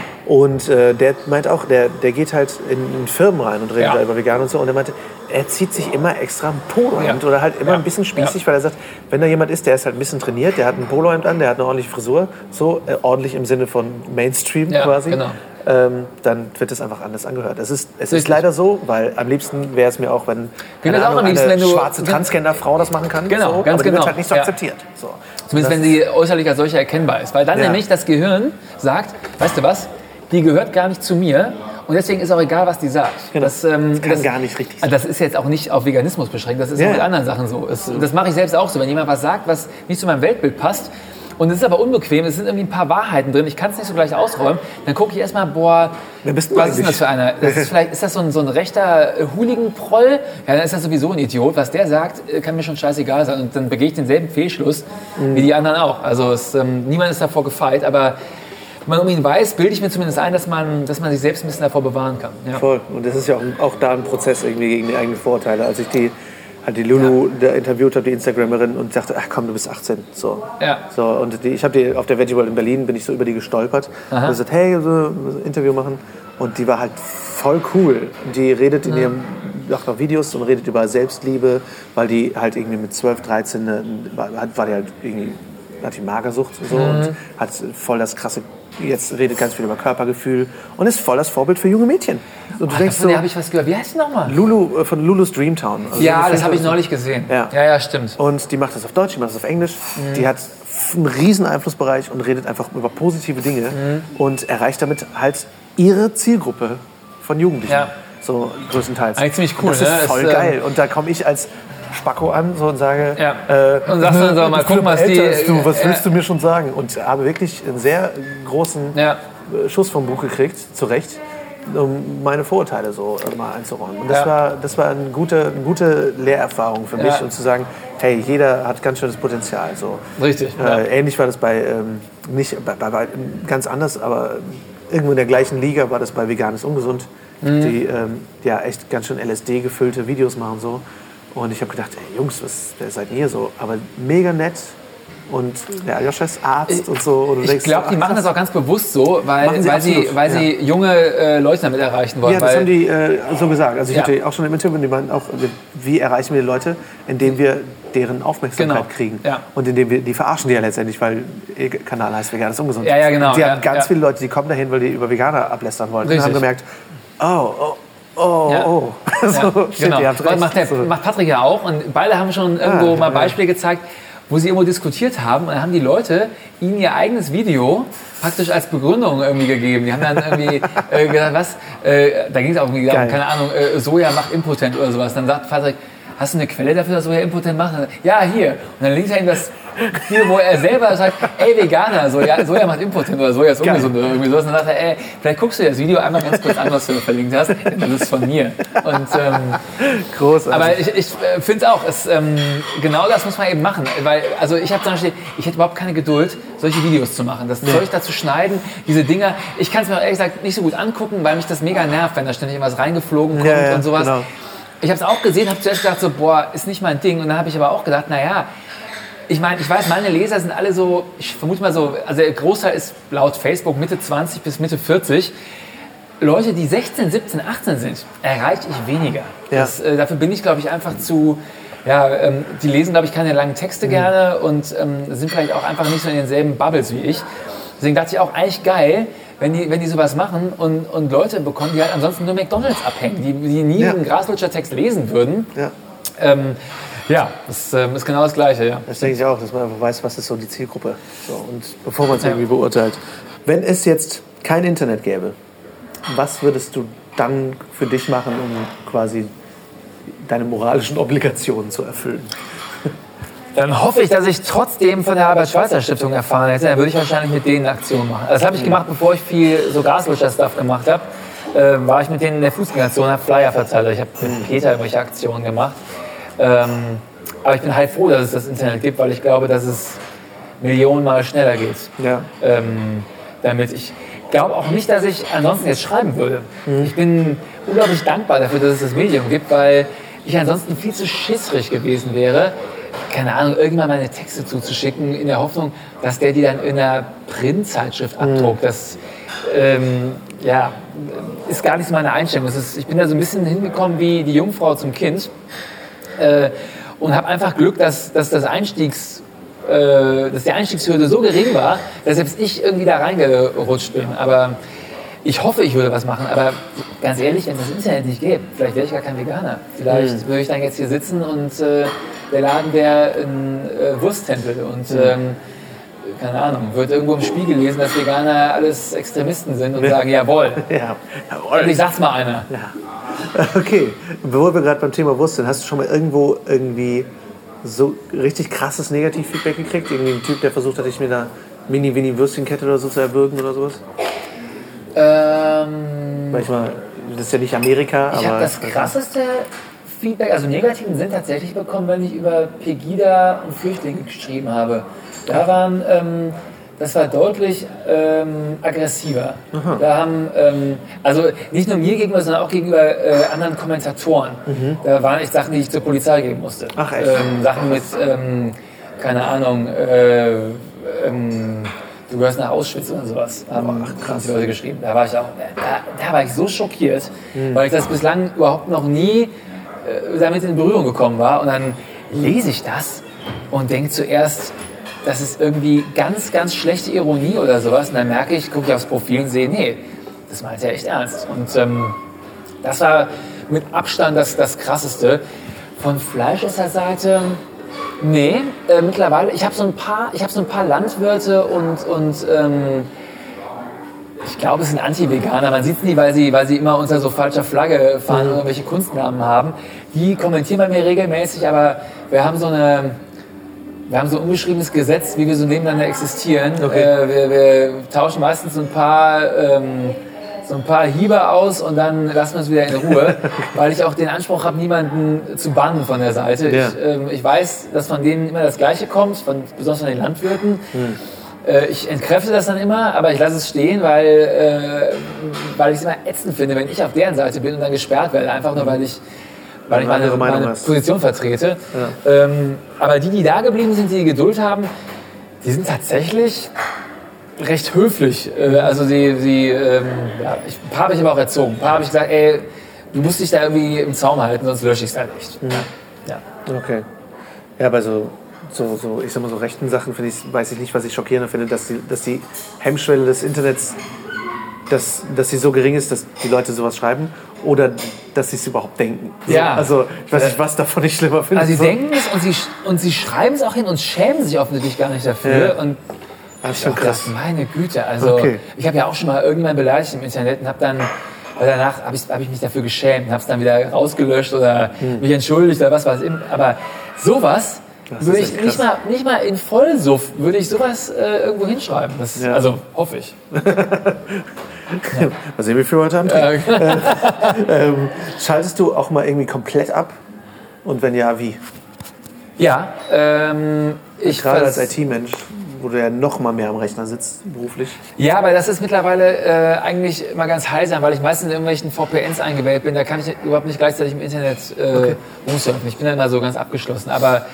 A: Und der meint auch, der geht halt in Firmen rein und redet da über vegan und so. Und er meinte, er zieht sich immer extra ein Polohemd oder halt immer ein bisschen spießig, weil er sagt, wenn da jemand ist, der ist halt ein bisschen trainiert, der hat ein Polohemd an, der hat eine ordentliche Frisur, so ordentlich im Sinne von Mainstream quasi. Genau. Dann wird das einfach anders angehört. Es ist leider so, weil am liebsten wäre es mir auch, wenn eine schwarze Transgender-Frau das machen kann.
B: Genau,
A: so,
B: ganz
A: aber die
B: genau.
A: wird halt nicht so akzeptiert. So.
B: Zumindest wenn sie äußerlich als solche erkennbar ist. Weil dann nämlich das Gehirn sagt, weißt du was, die gehört gar nicht zu mir. Und deswegen ist auch egal, was die sagt.
A: Genau. Das kann gar nicht richtig sein.
B: Das ist jetzt auch nicht auf Veganismus beschränkt, das ist auch mit anderen Sachen so. Das mache ich selbst auch so. Wenn jemand was sagt, was nicht zu meinem Weltbild passt, und es ist aber unbequem, es sind irgendwie ein paar Wahrheiten drin, ich kann es nicht so gleich ausräumen, dann gucke ich erstmal, was ist denn das für einer? Ist das so ein rechter Hooligan-Proll? Ja, dann ist das sowieso ein Idiot. Was der sagt, kann mir schon scheißegal sein. Und dann begehe ich denselben Fehlschluss wie die anderen auch. Also niemand ist davor gefeit, aber wenn man um ihn weiß, bilde ich mir zumindest ein, dass man sich selbst ein bisschen davor bewahren kann. Ja.
A: Voll. Und das ist ja auch da ein Prozess irgendwie gegen die eigenen Vorurteile. Als ich die Lulu interviewt habe, die Instagramerin, und sagte, ach komm, du bist 18. So. Ja. So, und ich habe die auf der Veggie World in Berlin, bin ich so über die gestolpert. Aha. Und gesagt, hey, so ein Interview machen. Und die war halt voll cool. Die redet in ihrem, macht noch Videos und redet über Selbstliebe, weil die halt irgendwie mit 12, 13 war die halt irgendwie, hat die Magersucht und so und hat voll das krasse, jetzt redet ganz viel über Körpergefühl und ist voll das Vorbild für junge Mädchen. Und du denkst so,
B: habe ich was gehört. Wie heißt die nochmal?
A: Lulu von Lulu's Dreamtown. Also
B: ja, das habe ich neulich gesehen. Ja, stimmt.
A: Und die macht das auf Deutsch, die macht das auf Englisch. Die hat einen riesen Einflussbereich und redet einfach über positive Dinge und erreicht damit halt ihre Zielgruppe von Jugendlichen. Ja. So größtenteils.
B: Eigentlich ziemlich cool.
A: Und das ist voll geil. Und da komme ich als Spacko an so und sage,
B: und sagst dann so, mal gucken, was
A: was willst du mir schon sagen? Und habe wirklich einen sehr großen Schuss vom Buch gekriegt, zu Recht, um meine Vorurteile so mal einzuräumen. Und das war eine gute Lehrerfahrung für mich, und zu sagen, hey, jeder hat ganz schönes Potenzial. So.
B: Richtig.
A: Ähnlich war das nicht bei ganz anders, aber irgendwo in der gleichen Liga war das bei Vegan ist ungesund, die echt ganz schön LSD-gefüllte Videos machen so. Und ich habe gedacht, ey Jungs, wer seid ihr so? Aber mega nett. Und der Aljoscha ist Arzt und so. Und
B: ich glaube, die machen das auch ganz bewusst so, weil sie junge Leute damit erreichen wollen.
A: Ja, das haben die so gesagt. Also ich hatte auch schon im Interview, die meinten auch, wie erreichen wir die Leute, indem wir deren Aufmerksamkeit kriegen. Ja. Und indem wir die verarschen die ja letztendlich, weil ihr Kanal heißt Vegan ist ungesund.
B: Ja, genau.
A: Und die haben ganz viele Leute, die kommen dahin, weil die über Veganer ablästern wollten. Richtig. Und haben gemerkt, oh. So,
B: genau. Macht Patrick ja auch. Und beide haben schon irgendwo mal Beispiele gezeigt, wo sie irgendwo diskutiert haben, und dann haben die Leute ihnen ihr eigenes Video praktisch als Begründung irgendwie gegeben. Die haben dann irgendwie gesagt, da ging es auch irgendwie darum, keine Ahnung, Soja macht impotent oder sowas. Dann sagt Patrick, hast du eine Quelle dafür, dass Soja impotent macht? Ja, hier. Und dann links ihm das Video, wo er selber sagt, ey, Veganer, Soja macht impotent oder Soja ist ungesund oder irgendwie sowas. Und dann sagt er, ey, vielleicht guckst du dir das Video einmal ganz kurz an, was du verlinkt hast. Das ist von mir. Und,
A: großartig.
B: Aber ich finde es auch, genau das muss man eben machen. Weil, also ich habe zum Beispiel, ich hätte überhaupt keine Geduld, solche Videos zu machen. Das Zeug da zu schneiden, diese Dinger. Ich kann es mir ehrlich gesagt nicht so gut angucken, weil mich das mega nervt, wenn da ständig irgendwas reingeflogen kommt und sowas. Genau. Ich habe es auch gesehen, habe zuerst gedacht, so, boah, ist nicht mein Ding. Und dann habe ich aber auch gedacht, naja, ich meine, ich weiß, meine Leser sind alle so, ich vermute mal so, also der Großteil ist laut Facebook Mitte 20 bis Mitte 40. Leute, die 16, 17, 18 sind, erreiche ich weniger. Ja. Dafür bin ich, glaube ich, einfach zu, die lesen, glaube ich, keine langen Texte gerne und sind vielleicht auch einfach nicht so in denselben Bubbles wie ich. Deswegen dachte ich auch, eigentlich geil, wenn die sowas machen und Leute bekommen, die halt ansonsten nur McDonalds abhängen, die nie einen Graslutscher-Text lesen würden. Ja. Das ist genau das Gleiche, ja.
A: Das denke ich auch, dass man einfach weiß, was ist so die Zielgruppe. So, und bevor man es irgendwie beurteilt. Wenn es jetzt kein Internet gäbe, was würdest du dann für dich machen, um quasi deine moralischen Obligationen zu erfüllen?
B: Dann hoffe ich, dass ich trotzdem von der Albert-Schweitzer-Stiftung erfahren hätte. Dann würde ich wahrscheinlich mit denen eine Aktion machen. Das habe ich gemacht, bevor ich viel so Graslutscher-Stuff gemacht habe. War ich mit denen in der Fußgängerzone, habe Flyer verteilt. Ich habe mit Peter irgendwelche Aktionen gemacht. Aber ich bin halt froh, dass es das Internet gibt, weil ich glaube, dass es Millionenmal schneller geht. Ja. Damit ich glaube auch nicht, dass ich ansonsten jetzt schreiben würde. Ich bin unglaublich dankbar dafür, dass es das Medium gibt, weil ich ansonsten viel zu schissrig gewesen wäre, keine Ahnung, irgendwann meine Texte zuzuschicken, in der Hoffnung, dass der die dann in einer Printzeitschrift abdruckt. Das ist gar nicht so meine Einstellung. Ich bin da so ein bisschen hingekommen wie die Jungfrau zum Kind und habe einfach Glück, dass die Einstiegshürde so gering war, dass selbst ich irgendwie da reingerutscht bin. Aber ich hoffe, ich würde was machen. Aber ganz ehrlich, wenn es das Internet nicht gäbe, vielleicht wäre ich gar kein Veganer. Vielleicht würde ich dann jetzt hier sitzen und der Laden wäre ein Wursttempel und keine Ahnung, wird irgendwo im Spiegel lesen, dass Veganer alles Extremisten sind und sagen, jawohl. Und ich sag's mal einer.
A: Ja. Okay, bevor wir gerade beim Thema Wurst sind, hast du schon mal irgendwo irgendwie so richtig krasses Negativfeedback gekriegt? Irgendwie ein Typ, der versucht hat, dich mit einer Mini-Würstchenkette oder so zu erwürgen oder sowas? Manchmal, das ist ja nicht Amerika, aber...
B: Ich habe das krasseste Feedback, also negativen sind tatsächlich bekommen, wenn ich über Pegida und Flüchtlinge geschrieben habe. Da waren, das war deutlich aggressiver. Aha. Da haben, also nicht nur mir gegenüber, sondern auch gegenüber anderen Kommentatoren. Da waren echt Sachen, die ich zur Polizei geben musste.
A: Ach echt?
B: Sachen mit, keine Ahnung, du gehörst nach Auschwitz oder sowas, haben die Leute geschrieben. Da war ich auch, da war ich so schockiert, weil ich das bislang überhaupt noch nie damit in Berührung gekommen war. Und dann lese ich das und denke zuerst, das ist irgendwie ganz, ganz schlechte Ironie oder sowas. Und dann merke ich, gucke ich aufs Profil und sehe, nee, das meint er echt ernst. Und das war mit Abstand das Krasseste. Von Fleischesserseite, nee, mittlerweile, ich habe so ein paar Landwirte und ich glaube, es sind Anti-Veganer. Man sieht es nie, weil sie immer unter so falscher Flagge fahren und irgendwelche Kunstnamen haben. Die kommentieren bei mir regelmäßig, aber wir haben so ein ungeschriebenes Gesetz, wie wir so nebeneinander existieren. Okay. Wir tauschen meistens ein paar so ein paar Hiebe aus und dann lassen wir es wieder in Ruhe, weil ich auch den Anspruch habe, niemanden zu bannen von der Seite.
A: Ja.
B: Ich weiß, dass von denen immer das Gleiche kommt, besonders von den Landwirten. Ich entkräfte das dann immer, aber ich lasse es stehen, weil ich es immer ätzend finde, wenn ich auf deren Seite bin und dann gesperrt werde, einfach nur, weil ich meine Position vertrete. Ja. Aber die da geblieben sind, die Geduld haben, die sind tatsächlich recht höflich. Also ein paar habe ich aber auch erzogen. Ein paar habe ich gesagt, ey, du musst dich da irgendwie im Zaum halten, sonst lösche ich es halt nicht.
A: Ja. Okay. Ja, bei so ich sag mal, so rechten Sachen weiß ich nicht, was ich schockierender finde, dass die Hemmschwelle des Internets, dass sie so gering ist, dass die Leute sowas schreiben oder dass sie es überhaupt denken.
B: Ja.
A: Also ich weiß nicht, was davon ich schlimmer finde.
B: Also sie denken es und sie schreiben es auch hin und schämen sich offensichtlich gar nicht dafür.
A: Ja.
B: Und
A: das ist schon krass.
B: Meine Güte, also ich habe ja auch schon mal irgendwann beleidigt im Internet und habe dann, weil danach habe ich mich dafür geschämt, habe es dann wieder rausgelöscht oder mich entschuldigt oder was weiß ich. Aber sowas würde ich nicht mal in Vollsuff würde ich sowas irgendwo hinschreiben. Also hoffe ich.
A: Mal sehen, wie viel heute haben. Schaltest du auch mal irgendwie komplett ab? Und wenn ja, wie?
B: Ja,
A: gerade als IT-Mensch, wo du ja noch mal mehr am Rechner sitzt, beruflich.
B: Ja, aber das ist mittlerweile eigentlich immer ganz heilsam, weil ich meistens in irgendwelchen VPNs eingewählt bin. Da kann ich überhaupt nicht gleichzeitig im Internet rumsurfen. Ich bin dann immer so ganz abgeschlossen. Aber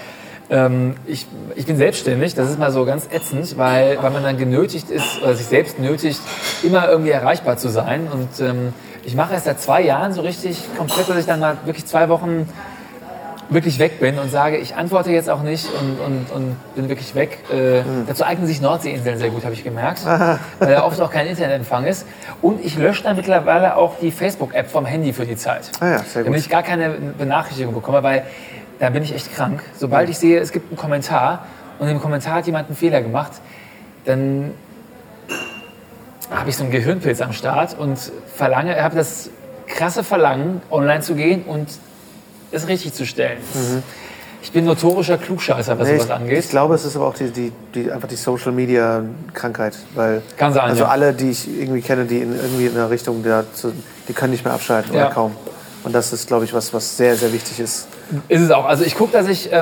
B: ich bin selbstständig, das ist mal so ganz ätzend, weil man dann genötigt ist, oder sich selbst nötigt, immer irgendwie erreichbar zu sein. Und ich mache erst seit 2 Jahren so richtig komplett, dass ich dann mal wirklich 2 Wochen wirklich weg bin und sage, ich antworte jetzt auch nicht und bin wirklich weg. Dazu eignen sich Nordseeinseln sehr gut, habe ich gemerkt, weil da oft auch kein Internetempfang ist. Und ich lösche dann mittlerweile auch die Facebook-App vom Handy für die Zeit.
A: Ja, sehr gut.
B: Damit ich gar keine Benachrichtigung bekomme, weil da bin ich echt krank. Sobald ich sehe, es gibt einen Kommentar und im Kommentar hat jemand einen Fehler gemacht, dann habe ich so einen Gehirnpilz am Start und habe das krasse Verlangen, online zu gehen und es richtig zu stellen. Ich bin notorischer Klugscheißer, was sowas angeht.
A: Ich glaube, es ist aber auch einfach die Social-Media-Krankheit.
B: Kann sein,
A: also alle, die ich irgendwie kenne, die irgendwie in einer Richtung, die können nicht mehr abschalten oder kaum. Und das ist, glaube ich, was sehr, sehr wichtig ist.
B: Ist es auch. Also ich gucke, dass ich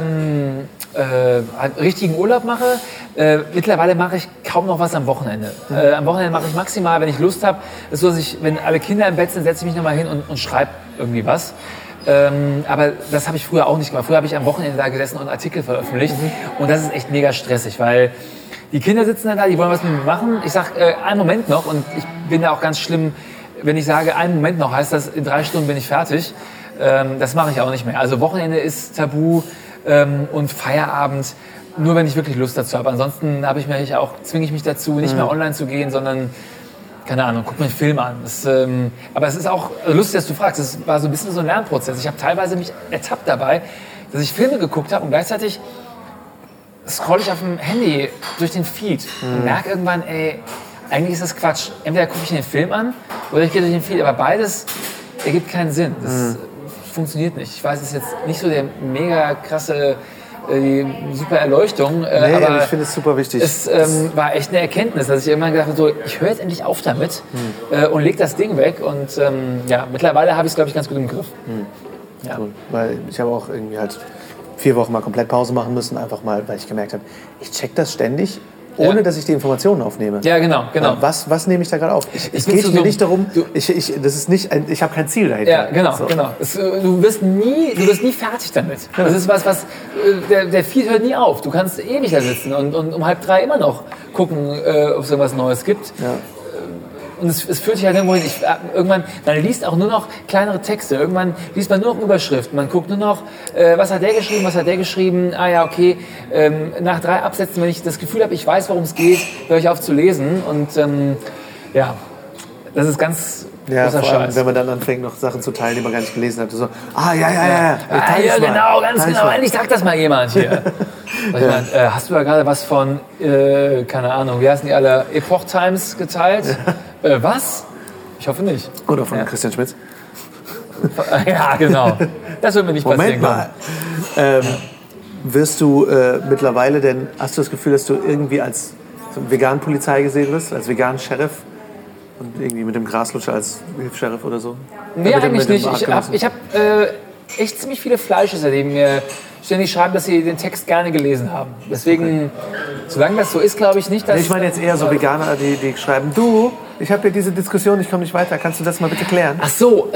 B: richtigen Urlaub mache. Mittlerweile mache ich kaum noch was am Wochenende. Am Wochenende mache ich maximal, wenn ich Lust habe. Es ist so, dass wenn alle Kinder im Bett sind, setze ich mich nochmal hin und schreibe irgendwie was. Aber das habe ich früher auch nicht gemacht. Früher habe ich am Wochenende da gesessen und Artikel veröffentlicht. Und das ist echt mega stressig, weil die Kinder sitzen dann da, die wollen was mit mir machen. Ich sage, einen Moment noch. Und ich bin da auch ganz schlimm, wenn ich sage, einen Moment noch, heißt das, in 3 Stunden bin ich fertig. Das mache ich auch nicht mehr. Also Wochenende ist tabu und Feierabend nur, wenn ich wirklich Lust dazu habe. Ansonsten zwinge ich mich dazu, nicht mehr online zu gehen, sondern keine Ahnung, guck mir einen Film an. Aber es ist auch lustig, dass du fragst. Es war so ein bisschen so ein Lernprozess. Ich habe teilweise mich ertappt dabei, dass ich Filme geguckt habe und gleichzeitig scroll ich auf dem Handy durch den Feed und merke irgendwann, ey, eigentlich ist das Quatsch. Entweder gucke ich den Film an oder ich gehe durch den Feed. Aber beides ergibt keinen Sinn. Das funktioniert nicht. Ich weiß, es ist jetzt nicht so der mega krasse super Erleuchtung. Aber
A: ich finde es super wichtig.
B: Es war echt eine Erkenntnis, dass ich irgendwann gedacht habe, so, ich höre jetzt endlich auf damit und leg das Ding weg. Und mittlerweile habe ich es, glaube ich, ganz gut im Griff. Ja.
A: Cool. Weil ich habe auch irgendwie halt 4 Wochen mal komplett Pause machen müssen, einfach mal, weil ich gemerkt habe, ich check das ständig, ohne dass ich die Informationen aufnehme.
B: Ja, genau.
A: Was nehme ich da gerade auf? Es geht mir nicht darum, ich habe kein Ziel dahinter.
B: Ja, genau. Du wirst nie fertig damit. Ja. Das ist was der Feed hört nie auf. Du kannst ewig da sitzen und um 2:30 immer noch gucken, ob es irgendwas Neues gibt. Ja. Und es führt dich halt irgendwo hin. Man liest auch nur noch kleinere Texte. Irgendwann liest man nur noch Überschriften. Man guckt nur noch, was hat der geschrieben? Ah ja, okay. Nach 3 Absätzen, wenn ich das Gefühl habe, ich weiß, worum es geht, höre ich auf zu lesen. Und das ist ganz großer Scheiß.
A: Wenn man dann anfängt, noch Sachen zu teilen, die man gar nicht gelesen hat. So,
B: ja, genau, ganz genau. Endlich sagt das mal jemand hier. Hast du da gerade was von, keine Ahnung, wie heißen die alle, Epoch Times geteilt? Was? Ich hoffe nicht.
A: Oder von Christian Schmitz.
B: Ja, genau. Das wird mir nicht passieren.
A: Moment mal. Wirst du mittlerweile denn, hast du das Gefühl, dass du irgendwie als Vegan-Polizei gesehen wirst, als Vegan-Sheriff? Und irgendwie mit dem Graslutscher als Sheriff oder so?
B: Nee, eigentlich nicht. Ich hab echt ziemlich viele Fleischesser, die mir ständig schreiben, dass sie den Text gerne gelesen haben. Deswegen, solange das so ist, glaube ich nicht, dass...
A: Ich meine jetzt eher so Veganer, die schreiben, du, ich habe hier diese Diskussion, ich komme nicht weiter, kannst du das mal bitte klären?
B: Ach so,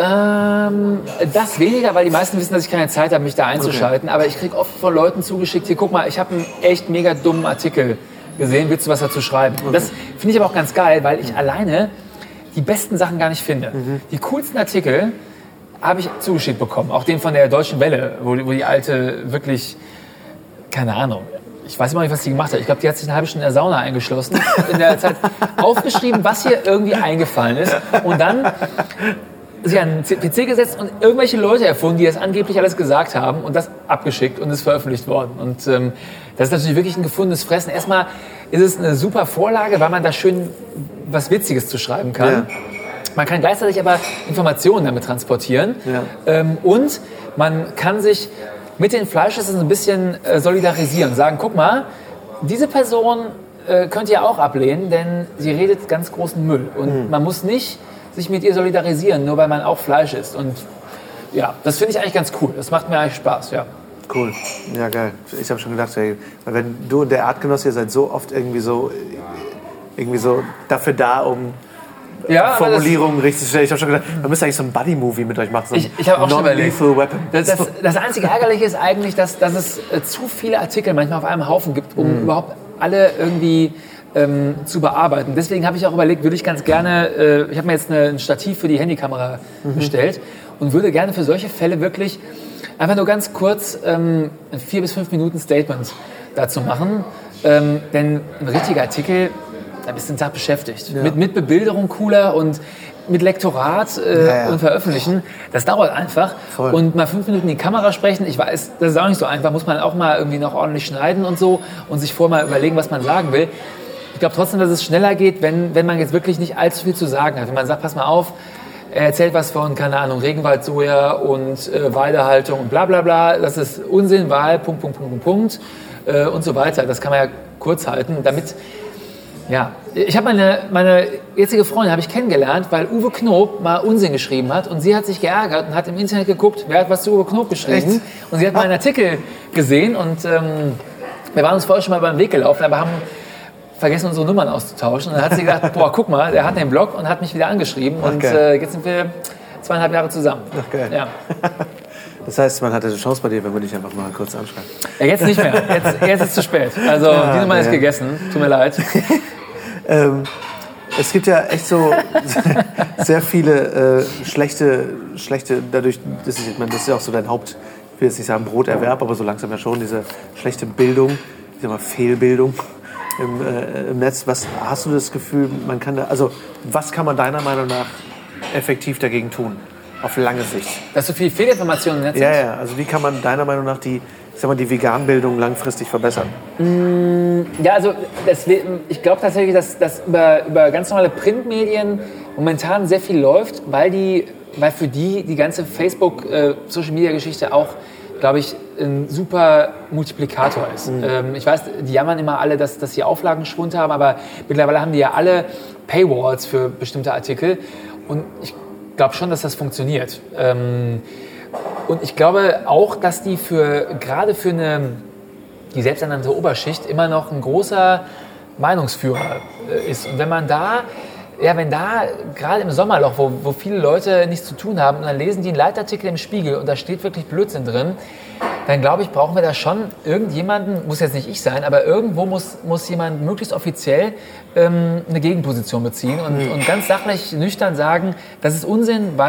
B: das weniger, weil die meisten wissen, dass ich keine Zeit habe, mich da einzuschalten. Okay. Aber ich kriege oft von Leuten zugeschickt, hier, guck mal, ich habe einen echt mega dummen Artikel gesehen, willst du was dazu schreiben? Okay. Das finde ich aber auch ganz geil, weil ich alleine die besten Sachen gar nicht finde. Die coolsten Artikel habe ich zugeschickt bekommen. Auch den von der Deutschen Welle, wo die alte wirklich, keine Ahnung, ich weiß immer nicht, was die gemacht hat. Ich glaube, die hat sich eine halbe Stunde in der Sauna eingeschlossen, in der Zeit aufgeschrieben, was ihr irgendwie eingefallen ist. Und dann sie an den PC gesetzt und irgendwelche Leute erfunden, die das angeblich alles gesagt haben und das abgeschickt und ist veröffentlicht worden. Und das ist natürlich wirklich ein gefundenes Fressen. Erstmal ist es eine super Vorlage, weil man da schön was Witziges zu schreiben kann. Ja. Man kann gleichzeitig aber Informationen damit transportieren. Ja. Und man kann sich mit den Fleischessern ein bisschen solidarisieren. Sagen, guck mal, diese Person könnt ihr auch ablehnen, denn sie redet ganz großen Müll. Und man muss nicht sich mit ihr solidarisieren, nur weil man auch Fleisch isst. Und ja, das finde ich eigentlich ganz cool. Das macht mir eigentlich Spaß, ja.
A: Cool. Ja, geil. Ich habe schon gedacht, hey, wenn du und der Artgenosse, ihr seid so oft irgendwie so dafür da, um Formulierungen richtig zu stellen. Ich habe schon gedacht, man müsste eigentlich so ein Buddy-Movie mit euch machen. So
B: ich habe auch schon überlegt.
A: Weapon.
B: Das einzige Ärgerliche ist eigentlich, dass es zu viele Artikel manchmal auf einem Haufen gibt, um überhaupt alle irgendwie zu bearbeiten. Deswegen habe ich auch überlegt, würde ich ganz gerne, ich habe mir jetzt ein Stativ für die Handykamera bestellt und würde gerne für solche Fälle wirklich einfach nur ganz kurz 4 bis 5 Minuten Statement dazu machen. Denn ein richtiger Artikel, da bist du einen Tag beschäftigt. Ja. Mit Bebilderung cooler und mit Lektorat und Veröffentlichen, das dauert einfach. Voll. Und mal 5 Minuten in die Kamera sprechen, ich weiß, das ist auch nicht so einfach, muss man auch mal irgendwie noch ordentlich schneiden und so und sich vorher mal überlegen, was man sagen will. Ich glaube trotzdem, dass es schneller geht, wenn man jetzt wirklich nicht allzu viel zu sagen hat. Wenn man sagt, pass mal auf, er erzählt was von, keine Ahnung, Regenwaldsoja und Weidehaltung und bla bla bla, das ist Unsinn, weil, und so weiter. Das kann man ja kurz halten, damit... Ja, ich habe meine jetzige Freundin habe ich kennengelernt, weil Uwe Knob mal Unsinn geschrieben hat und sie hat sich geärgert und hat im Internet geguckt, wer hat was zu Uwe Knob geschrieben. Echt? Und sie hat meinen Artikel gesehen und wir waren uns vorher schon mal über den Weg gelaufen, aber haben vergessen, unsere Nummern auszutauschen. Und dann hat sie gedacht, boah, guck mal, der hat den Blog und hat mich wieder angeschrieben. Ach, und jetzt sind wir 2,5 Jahre zusammen.
A: Ach, geil.
B: Ja.
A: Das heißt, man hatte eine Chance bei dir, wenn man dich einfach mal kurz anschreibt.
B: Ja, jetzt nicht mehr. Jetzt ist es zu spät. Also die Nummer ist gegessen. Tut mir leid.
A: Es gibt ja echt so sehr viele schlechte, dadurch, das ist ja auch so dein Haupt, ich will jetzt nicht sagen Broterwerb, aber so langsam ja schon, diese schlechte Bildung, ich sag mal Fehlbildung im Netz. Was hast du das Gefühl, was kann man deiner Meinung nach effektiv dagegen tun? Auf lange Sicht.
B: Dass so viele Fehlinformationen im Netz sind?
A: Ja. Also wie kann man deiner Meinung nach die Veganbildung langfristig verbessern?
B: Ja, also ich glaube tatsächlich, dass über ganz normale Printmedien momentan sehr viel läuft, weil für die ganze Facebook-Social-Media-Geschichte auch, glaube ich, ein super Multiplikator ist. Ich weiß, die jammern immer alle, dass die Auflagenschwund haben, aber mittlerweile haben die ja alle Paywalls für bestimmte Artikel und ich glaube schon, dass das funktioniert. Und ich glaube auch, dass die gerade für die selbsternannte Oberschicht immer noch ein großer Meinungsführer ist. Und wenn da gerade im Sommerloch, wo viele Leute nichts zu tun haben, und dann lesen die einen Leitartikel im Spiegel und da steht wirklich Blödsinn drin, dann glaube ich, brauchen wir da schon irgendjemanden, muss jetzt nicht ich sein, aber irgendwo muss jemand möglichst offiziell eine Gegenposition beziehen und ganz sachlich, nüchtern sagen, das ist Unsinn, weil ...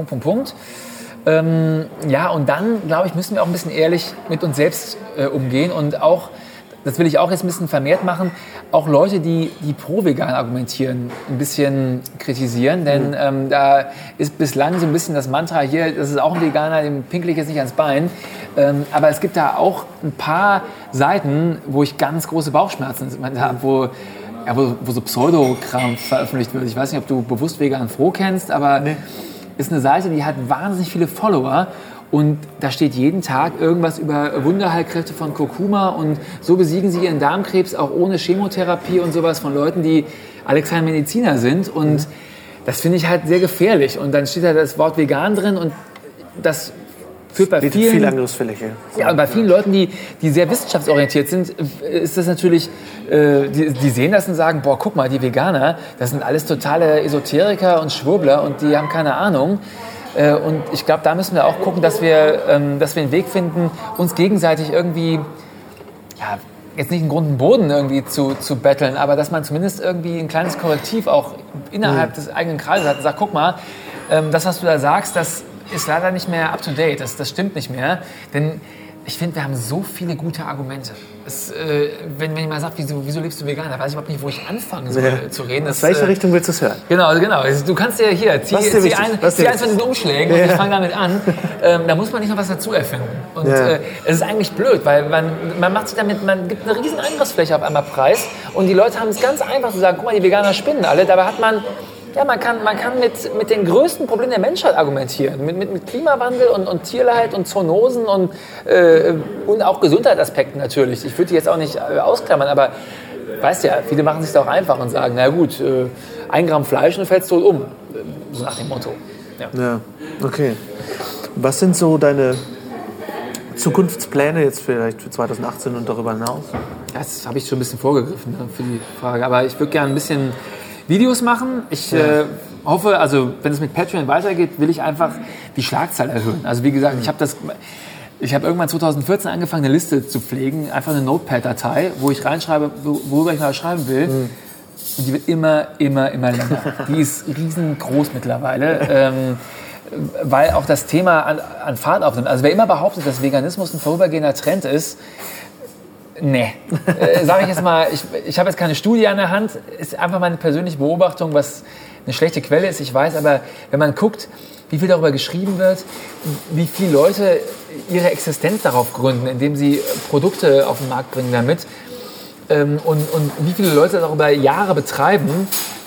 B: Ja, und dann, glaube ich, müssen wir auch ein bisschen ehrlich mit uns selbst umgehen und auch, das will ich auch jetzt ein bisschen vermehrt machen, auch Leute, die pro-vegan argumentieren, ein bisschen kritisieren, denn da ist bislang so ein bisschen das Mantra hier, das ist auch ein Veganer, dem pinkle ich jetzt nicht ans Bein, aber es gibt da auch ein paar Seiten, wo ich ganz große Bauchschmerzen habe, wo so Pseudokram veröffentlicht wird. Ich weiß nicht, ob du bewusst Vegan Froh kennst, aber... Nee. Ist eine Seite, die hat wahnsinnig viele Follower Und da steht jeden Tag irgendwas über Wunderheilkräfte von Kurkuma und so besiegen sie ihren Darmkrebs auch ohne Chemotherapie und sowas von Leuten, die alle keine Mediziner sind. Und das finde ich halt sehr gefährlich. Und dann steht da das Wort vegan drin und das führt bei vielen...
A: Viel Angriffsfläche.
B: Ja, und bei vielen Leuten, die sehr wissenschaftsorientiert sind, ist das natürlich, die sehen das und sagen, boah, guck mal, die Veganer, das sind alles totale Esoteriker und Schwurbler und die haben keine Ahnung. Und ich glaube, da müssen wir auch gucken, dass wir einen Weg finden, uns gegenseitig irgendwie, ja, jetzt nicht einen Grund und Boden irgendwie zu betteln, aber dass man zumindest irgendwie ein kleines Korrektiv auch innerhalb des eigenen Kreises hat und sagt, guck mal, das, was du da sagst, das ist leider nicht mehr up to date, das stimmt nicht mehr, denn ich finde, wir haben so viele gute Argumente. Wenn jemand sagt, wieso lebst du vegan, da weiß ich überhaupt nicht, wo ich anfangen soll zu reden.
A: Aus welche Richtung willst du es hören?
B: Genau. Du kannst dir hier, zieh eins von diesen Umschlägen und ich fange damit an. Da muss man nicht noch was dazu erfinden. Und es ist eigentlich blöd, weil man macht sich damit, man gibt eine riesen Angriffsfläche auf einmal preis und die Leute haben es ganz einfach zu sagen, guck mal, die Veganer spinnen alle. Dabei hat man... Ja, man kann mit den größten Problemen der Menschheit argumentieren. Mit Klimawandel und Tierleid und Zoonosen und auch Gesundheitsaspekten natürlich. Ich würde die jetzt auch nicht ausklammern, aber weißt ja, viele machen es sich auch einfach und sagen, na gut, 1 Gramm Fleisch und du fällst tot um. So nach dem Motto.
A: Ja, okay. Was sind so deine Zukunftspläne jetzt vielleicht für 2018 und darüber hinaus?
B: Das habe ich schon ein bisschen vorgegriffen für die Frage, aber ich würde gerne ein bisschen Videos machen. Ich hoffe, also wenn es mit Patreon weitergeht, will ich einfach die Schlagzahl erhöhen. Also wie gesagt, ich habe irgendwann 2014 angefangen, eine Liste zu pflegen, einfach eine Notepad-Datei, wo ich reinschreibe, worüber ich mal schreiben will. Und die wird immer länger. Die ist riesengroß mittlerweile, weil auch das Thema an Fahrt aufnimmt. Also wer immer behauptet, dass Veganismus ein vorübergehender Trend ist, nee, sage ich jetzt mal, ich habe jetzt keine Studie an der Hand, ist einfach meine persönliche Beobachtung, was eine schlechte Quelle ist, ich weiß, aber wenn man guckt, wie viel darüber geschrieben wird, wie viele Leute ihre Existenz darauf gründen, indem sie Produkte auf den Markt bringen damit und wie viele Leute darüber Jahre betreiben,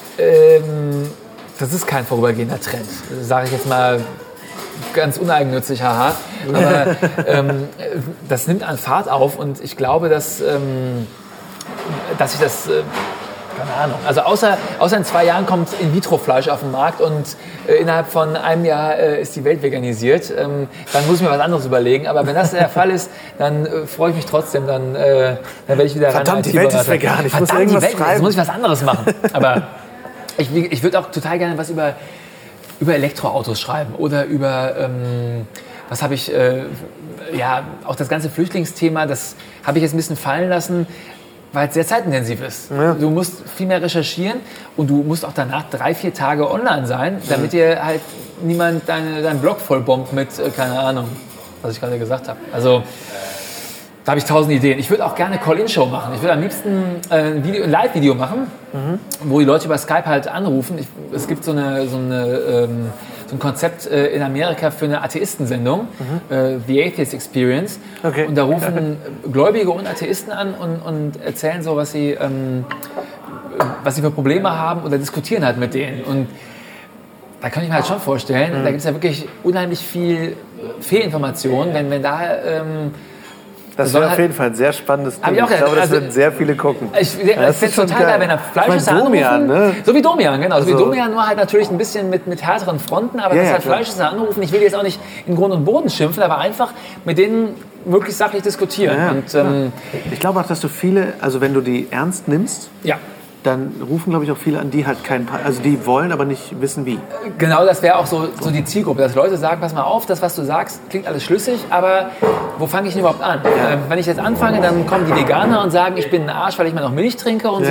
B: das ist kein vorübergehender Trend, sage ich jetzt mal ganz uneigennützig, haha. Aber das nimmt an Fahrt auf und ich glaube, dass ich das, keine Ahnung, also außer in 2 Jahren kommt In-vitro-Fleisch auf den Markt und innerhalb von einem Jahr ist die Welt veganisiert, dann muss ich mir was anderes überlegen. Aber wenn das der Fall ist, dann freue ich mich trotzdem, dann werde ich wieder
A: Verdammt, die Welt ist vegan, ich muss irgendwas schreiben.
B: Jetzt muss ich was anderes machen. Aber ich würde auch total gerne was über Elektroautos schreiben oder über, was habe ich, auch das ganze Flüchtlingsthema, das habe ich jetzt ein bisschen fallen lassen, weil es sehr zeitintensiv ist. Ja. Du musst viel mehr recherchieren und du musst auch danach 3-4 Tage online sein, damit dir halt niemand deinen Blog vollbombt mit, keine Ahnung, was ich gerade gesagt habe. Also, da habe ich 1000 Ideen. Ich würde auch gerne Call-In-Show machen. Ich würde am liebsten ein Live-Video machen, wo die Leute über Skype halt anrufen. Es gibt so ein Konzept in Amerika für eine Atheistensendung, The Atheist Experience. Okay. Und da rufen Gläubige und Atheisten an und erzählen so, was sie für Probleme haben oder diskutieren halt mit denen. Und da kann ich mir halt schon vorstellen, da gibt es ja wirklich unheimlich viel Fehlinformation, wenn da...
A: das wäre auf jeden Fall ein sehr spannendes Ding. Ich glaube, das würden sehr viele gucken.
B: Ich finde es total geil, wenn er Fleischesser anrufen. Ne? So wie Domian, genau. So wie Domian, nur halt natürlich ein bisschen mit härteren Fronten, aber dass halt Fleischesser anrufen. Ich will jetzt auch nicht in Grund und Boden schimpfen, aber einfach mit denen möglichst sachlich diskutieren. Ja, und,
A: ich glaube auch, dass du viele, also wenn du die ernst nimmst, dann rufen, glaube ich, auch viele an, die halt die wollen, aber nicht wissen, wie.
B: Genau, das wäre auch so die Zielgruppe, dass Leute sagen, pass mal auf, das, was du sagst, klingt alles schlüssig, aber wo fange ich denn überhaupt an? Ja. Wenn ich jetzt anfange, dann kommen die Veganer und sagen, ich bin ein Arsch, weil ich mal noch Milch trinke und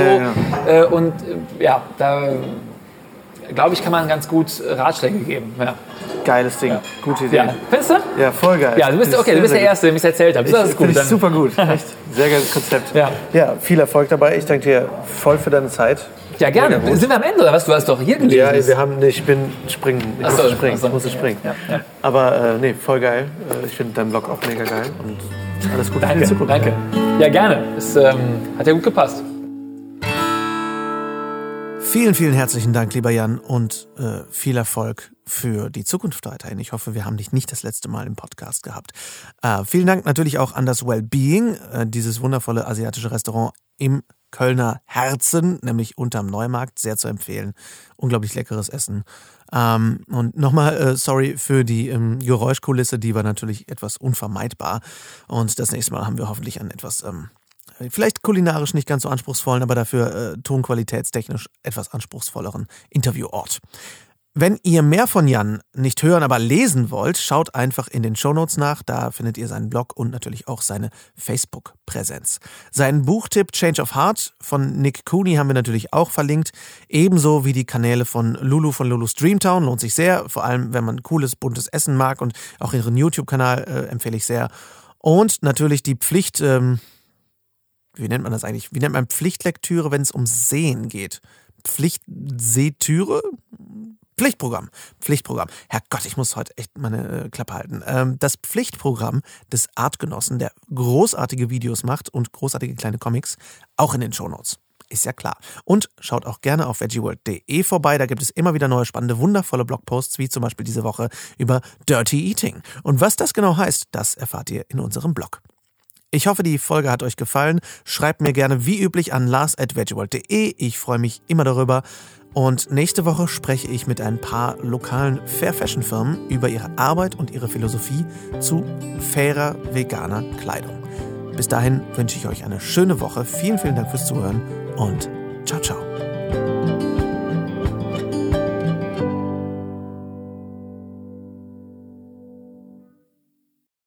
B: da glaube ich, kann man ganz gut Ratschläge geben. Ja.
A: Geiles Ding, gute Idee.
B: Ja. Findest du?
A: Ja, voll geil.
B: Ja, du bist der Erste, dem ich es erzählt habe. Das ist gut.
A: Das ist super gut. Echt. Sehr geiles Konzept. Ja, viel Erfolg dabei. Ich danke dir voll für deine Zeit.
B: Ja, gerne. Sind wir am Ende oder was? Du hast doch hier gelesen.
A: Ja, ich bin springen. Ich musste springen. Ja. Aber voll geil. Ich finde deinen Blog auch mega geil. Und alles Gute für die Zukunft.
B: Danke. Ja, gerne. Es hat ja gut gepasst.
A: Vielen, vielen herzlichen Dank, lieber Jan, und viel Erfolg für die Zukunft weiterhin. Ich hoffe, wir haben dich nicht das letzte Mal im Podcast gehabt. Vielen Dank natürlich auch an das Wellbeing, dieses wundervolle asiatische Restaurant im Kölner Herzen, nämlich unterm Neumarkt, sehr zu empfehlen. Unglaublich leckeres Essen. Und nochmal sorry für die Geräuschkulisse, die war natürlich etwas unvermeidbar. Und das nächste Mal haben wir hoffentlich einen etwas, vielleicht kulinarisch nicht ganz so anspruchsvollen, aber dafür tonqualitätstechnisch etwas anspruchsvolleren Interviewort. Wenn ihr mehr von Jan nicht hören, aber lesen wollt, schaut einfach in den Shownotes nach. Da findet ihr seinen Blog und natürlich auch seine Facebook-Präsenz. Seinen Buchtipp Change of Heart von Nick Cooney haben wir natürlich auch verlinkt. Ebenso wie die Kanäle von Lulu von Lulu's Dreamtown. Lohnt sich sehr, vor allem wenn man cooles, buntes Essen mag. Und auch ihren YouTube-Kanal empfehle ich sehr. Und natürlich die Pflicht... wie nennt man das eigentlich? Wie nennt man Pflichtlektüre, wenn es um Sehen geht? Pflichtsehtüre? Pflichtprogramm. Herrgott, ich muss heute echt meine Klappe halten. Das Pflichtprogramm des Artgenossen, der großartige Videos macht und großartige kleine Comics, auch in den Shownotes. Ist ja klar. Und schaut auch gerne auf veggieworld.de vorbei. Da gibt es immer wieder neue, spannende, wundervolle Blogposts, wie zum Beispiel diese Woche über Dirty Eating. Und was das genau heißt, das erfahrt ihr in unserem Blog. Ich hoffe, die Folge hat euch gefallen. Schreibt mir gerne wie üblich an lars@veggieworld.de. Ich freue mich immer darüber. Und nächste Woche spreche ich mit ein paar lokalen Fair-Fashion-Firmen über ihre Arbeit und ihre Philosophie zu fairer veganer Kleidung. Bis dahin wünsche ich euch eine schöne Woche. Vielen, vielen Dank fürs Zuhören und ciao, ciao.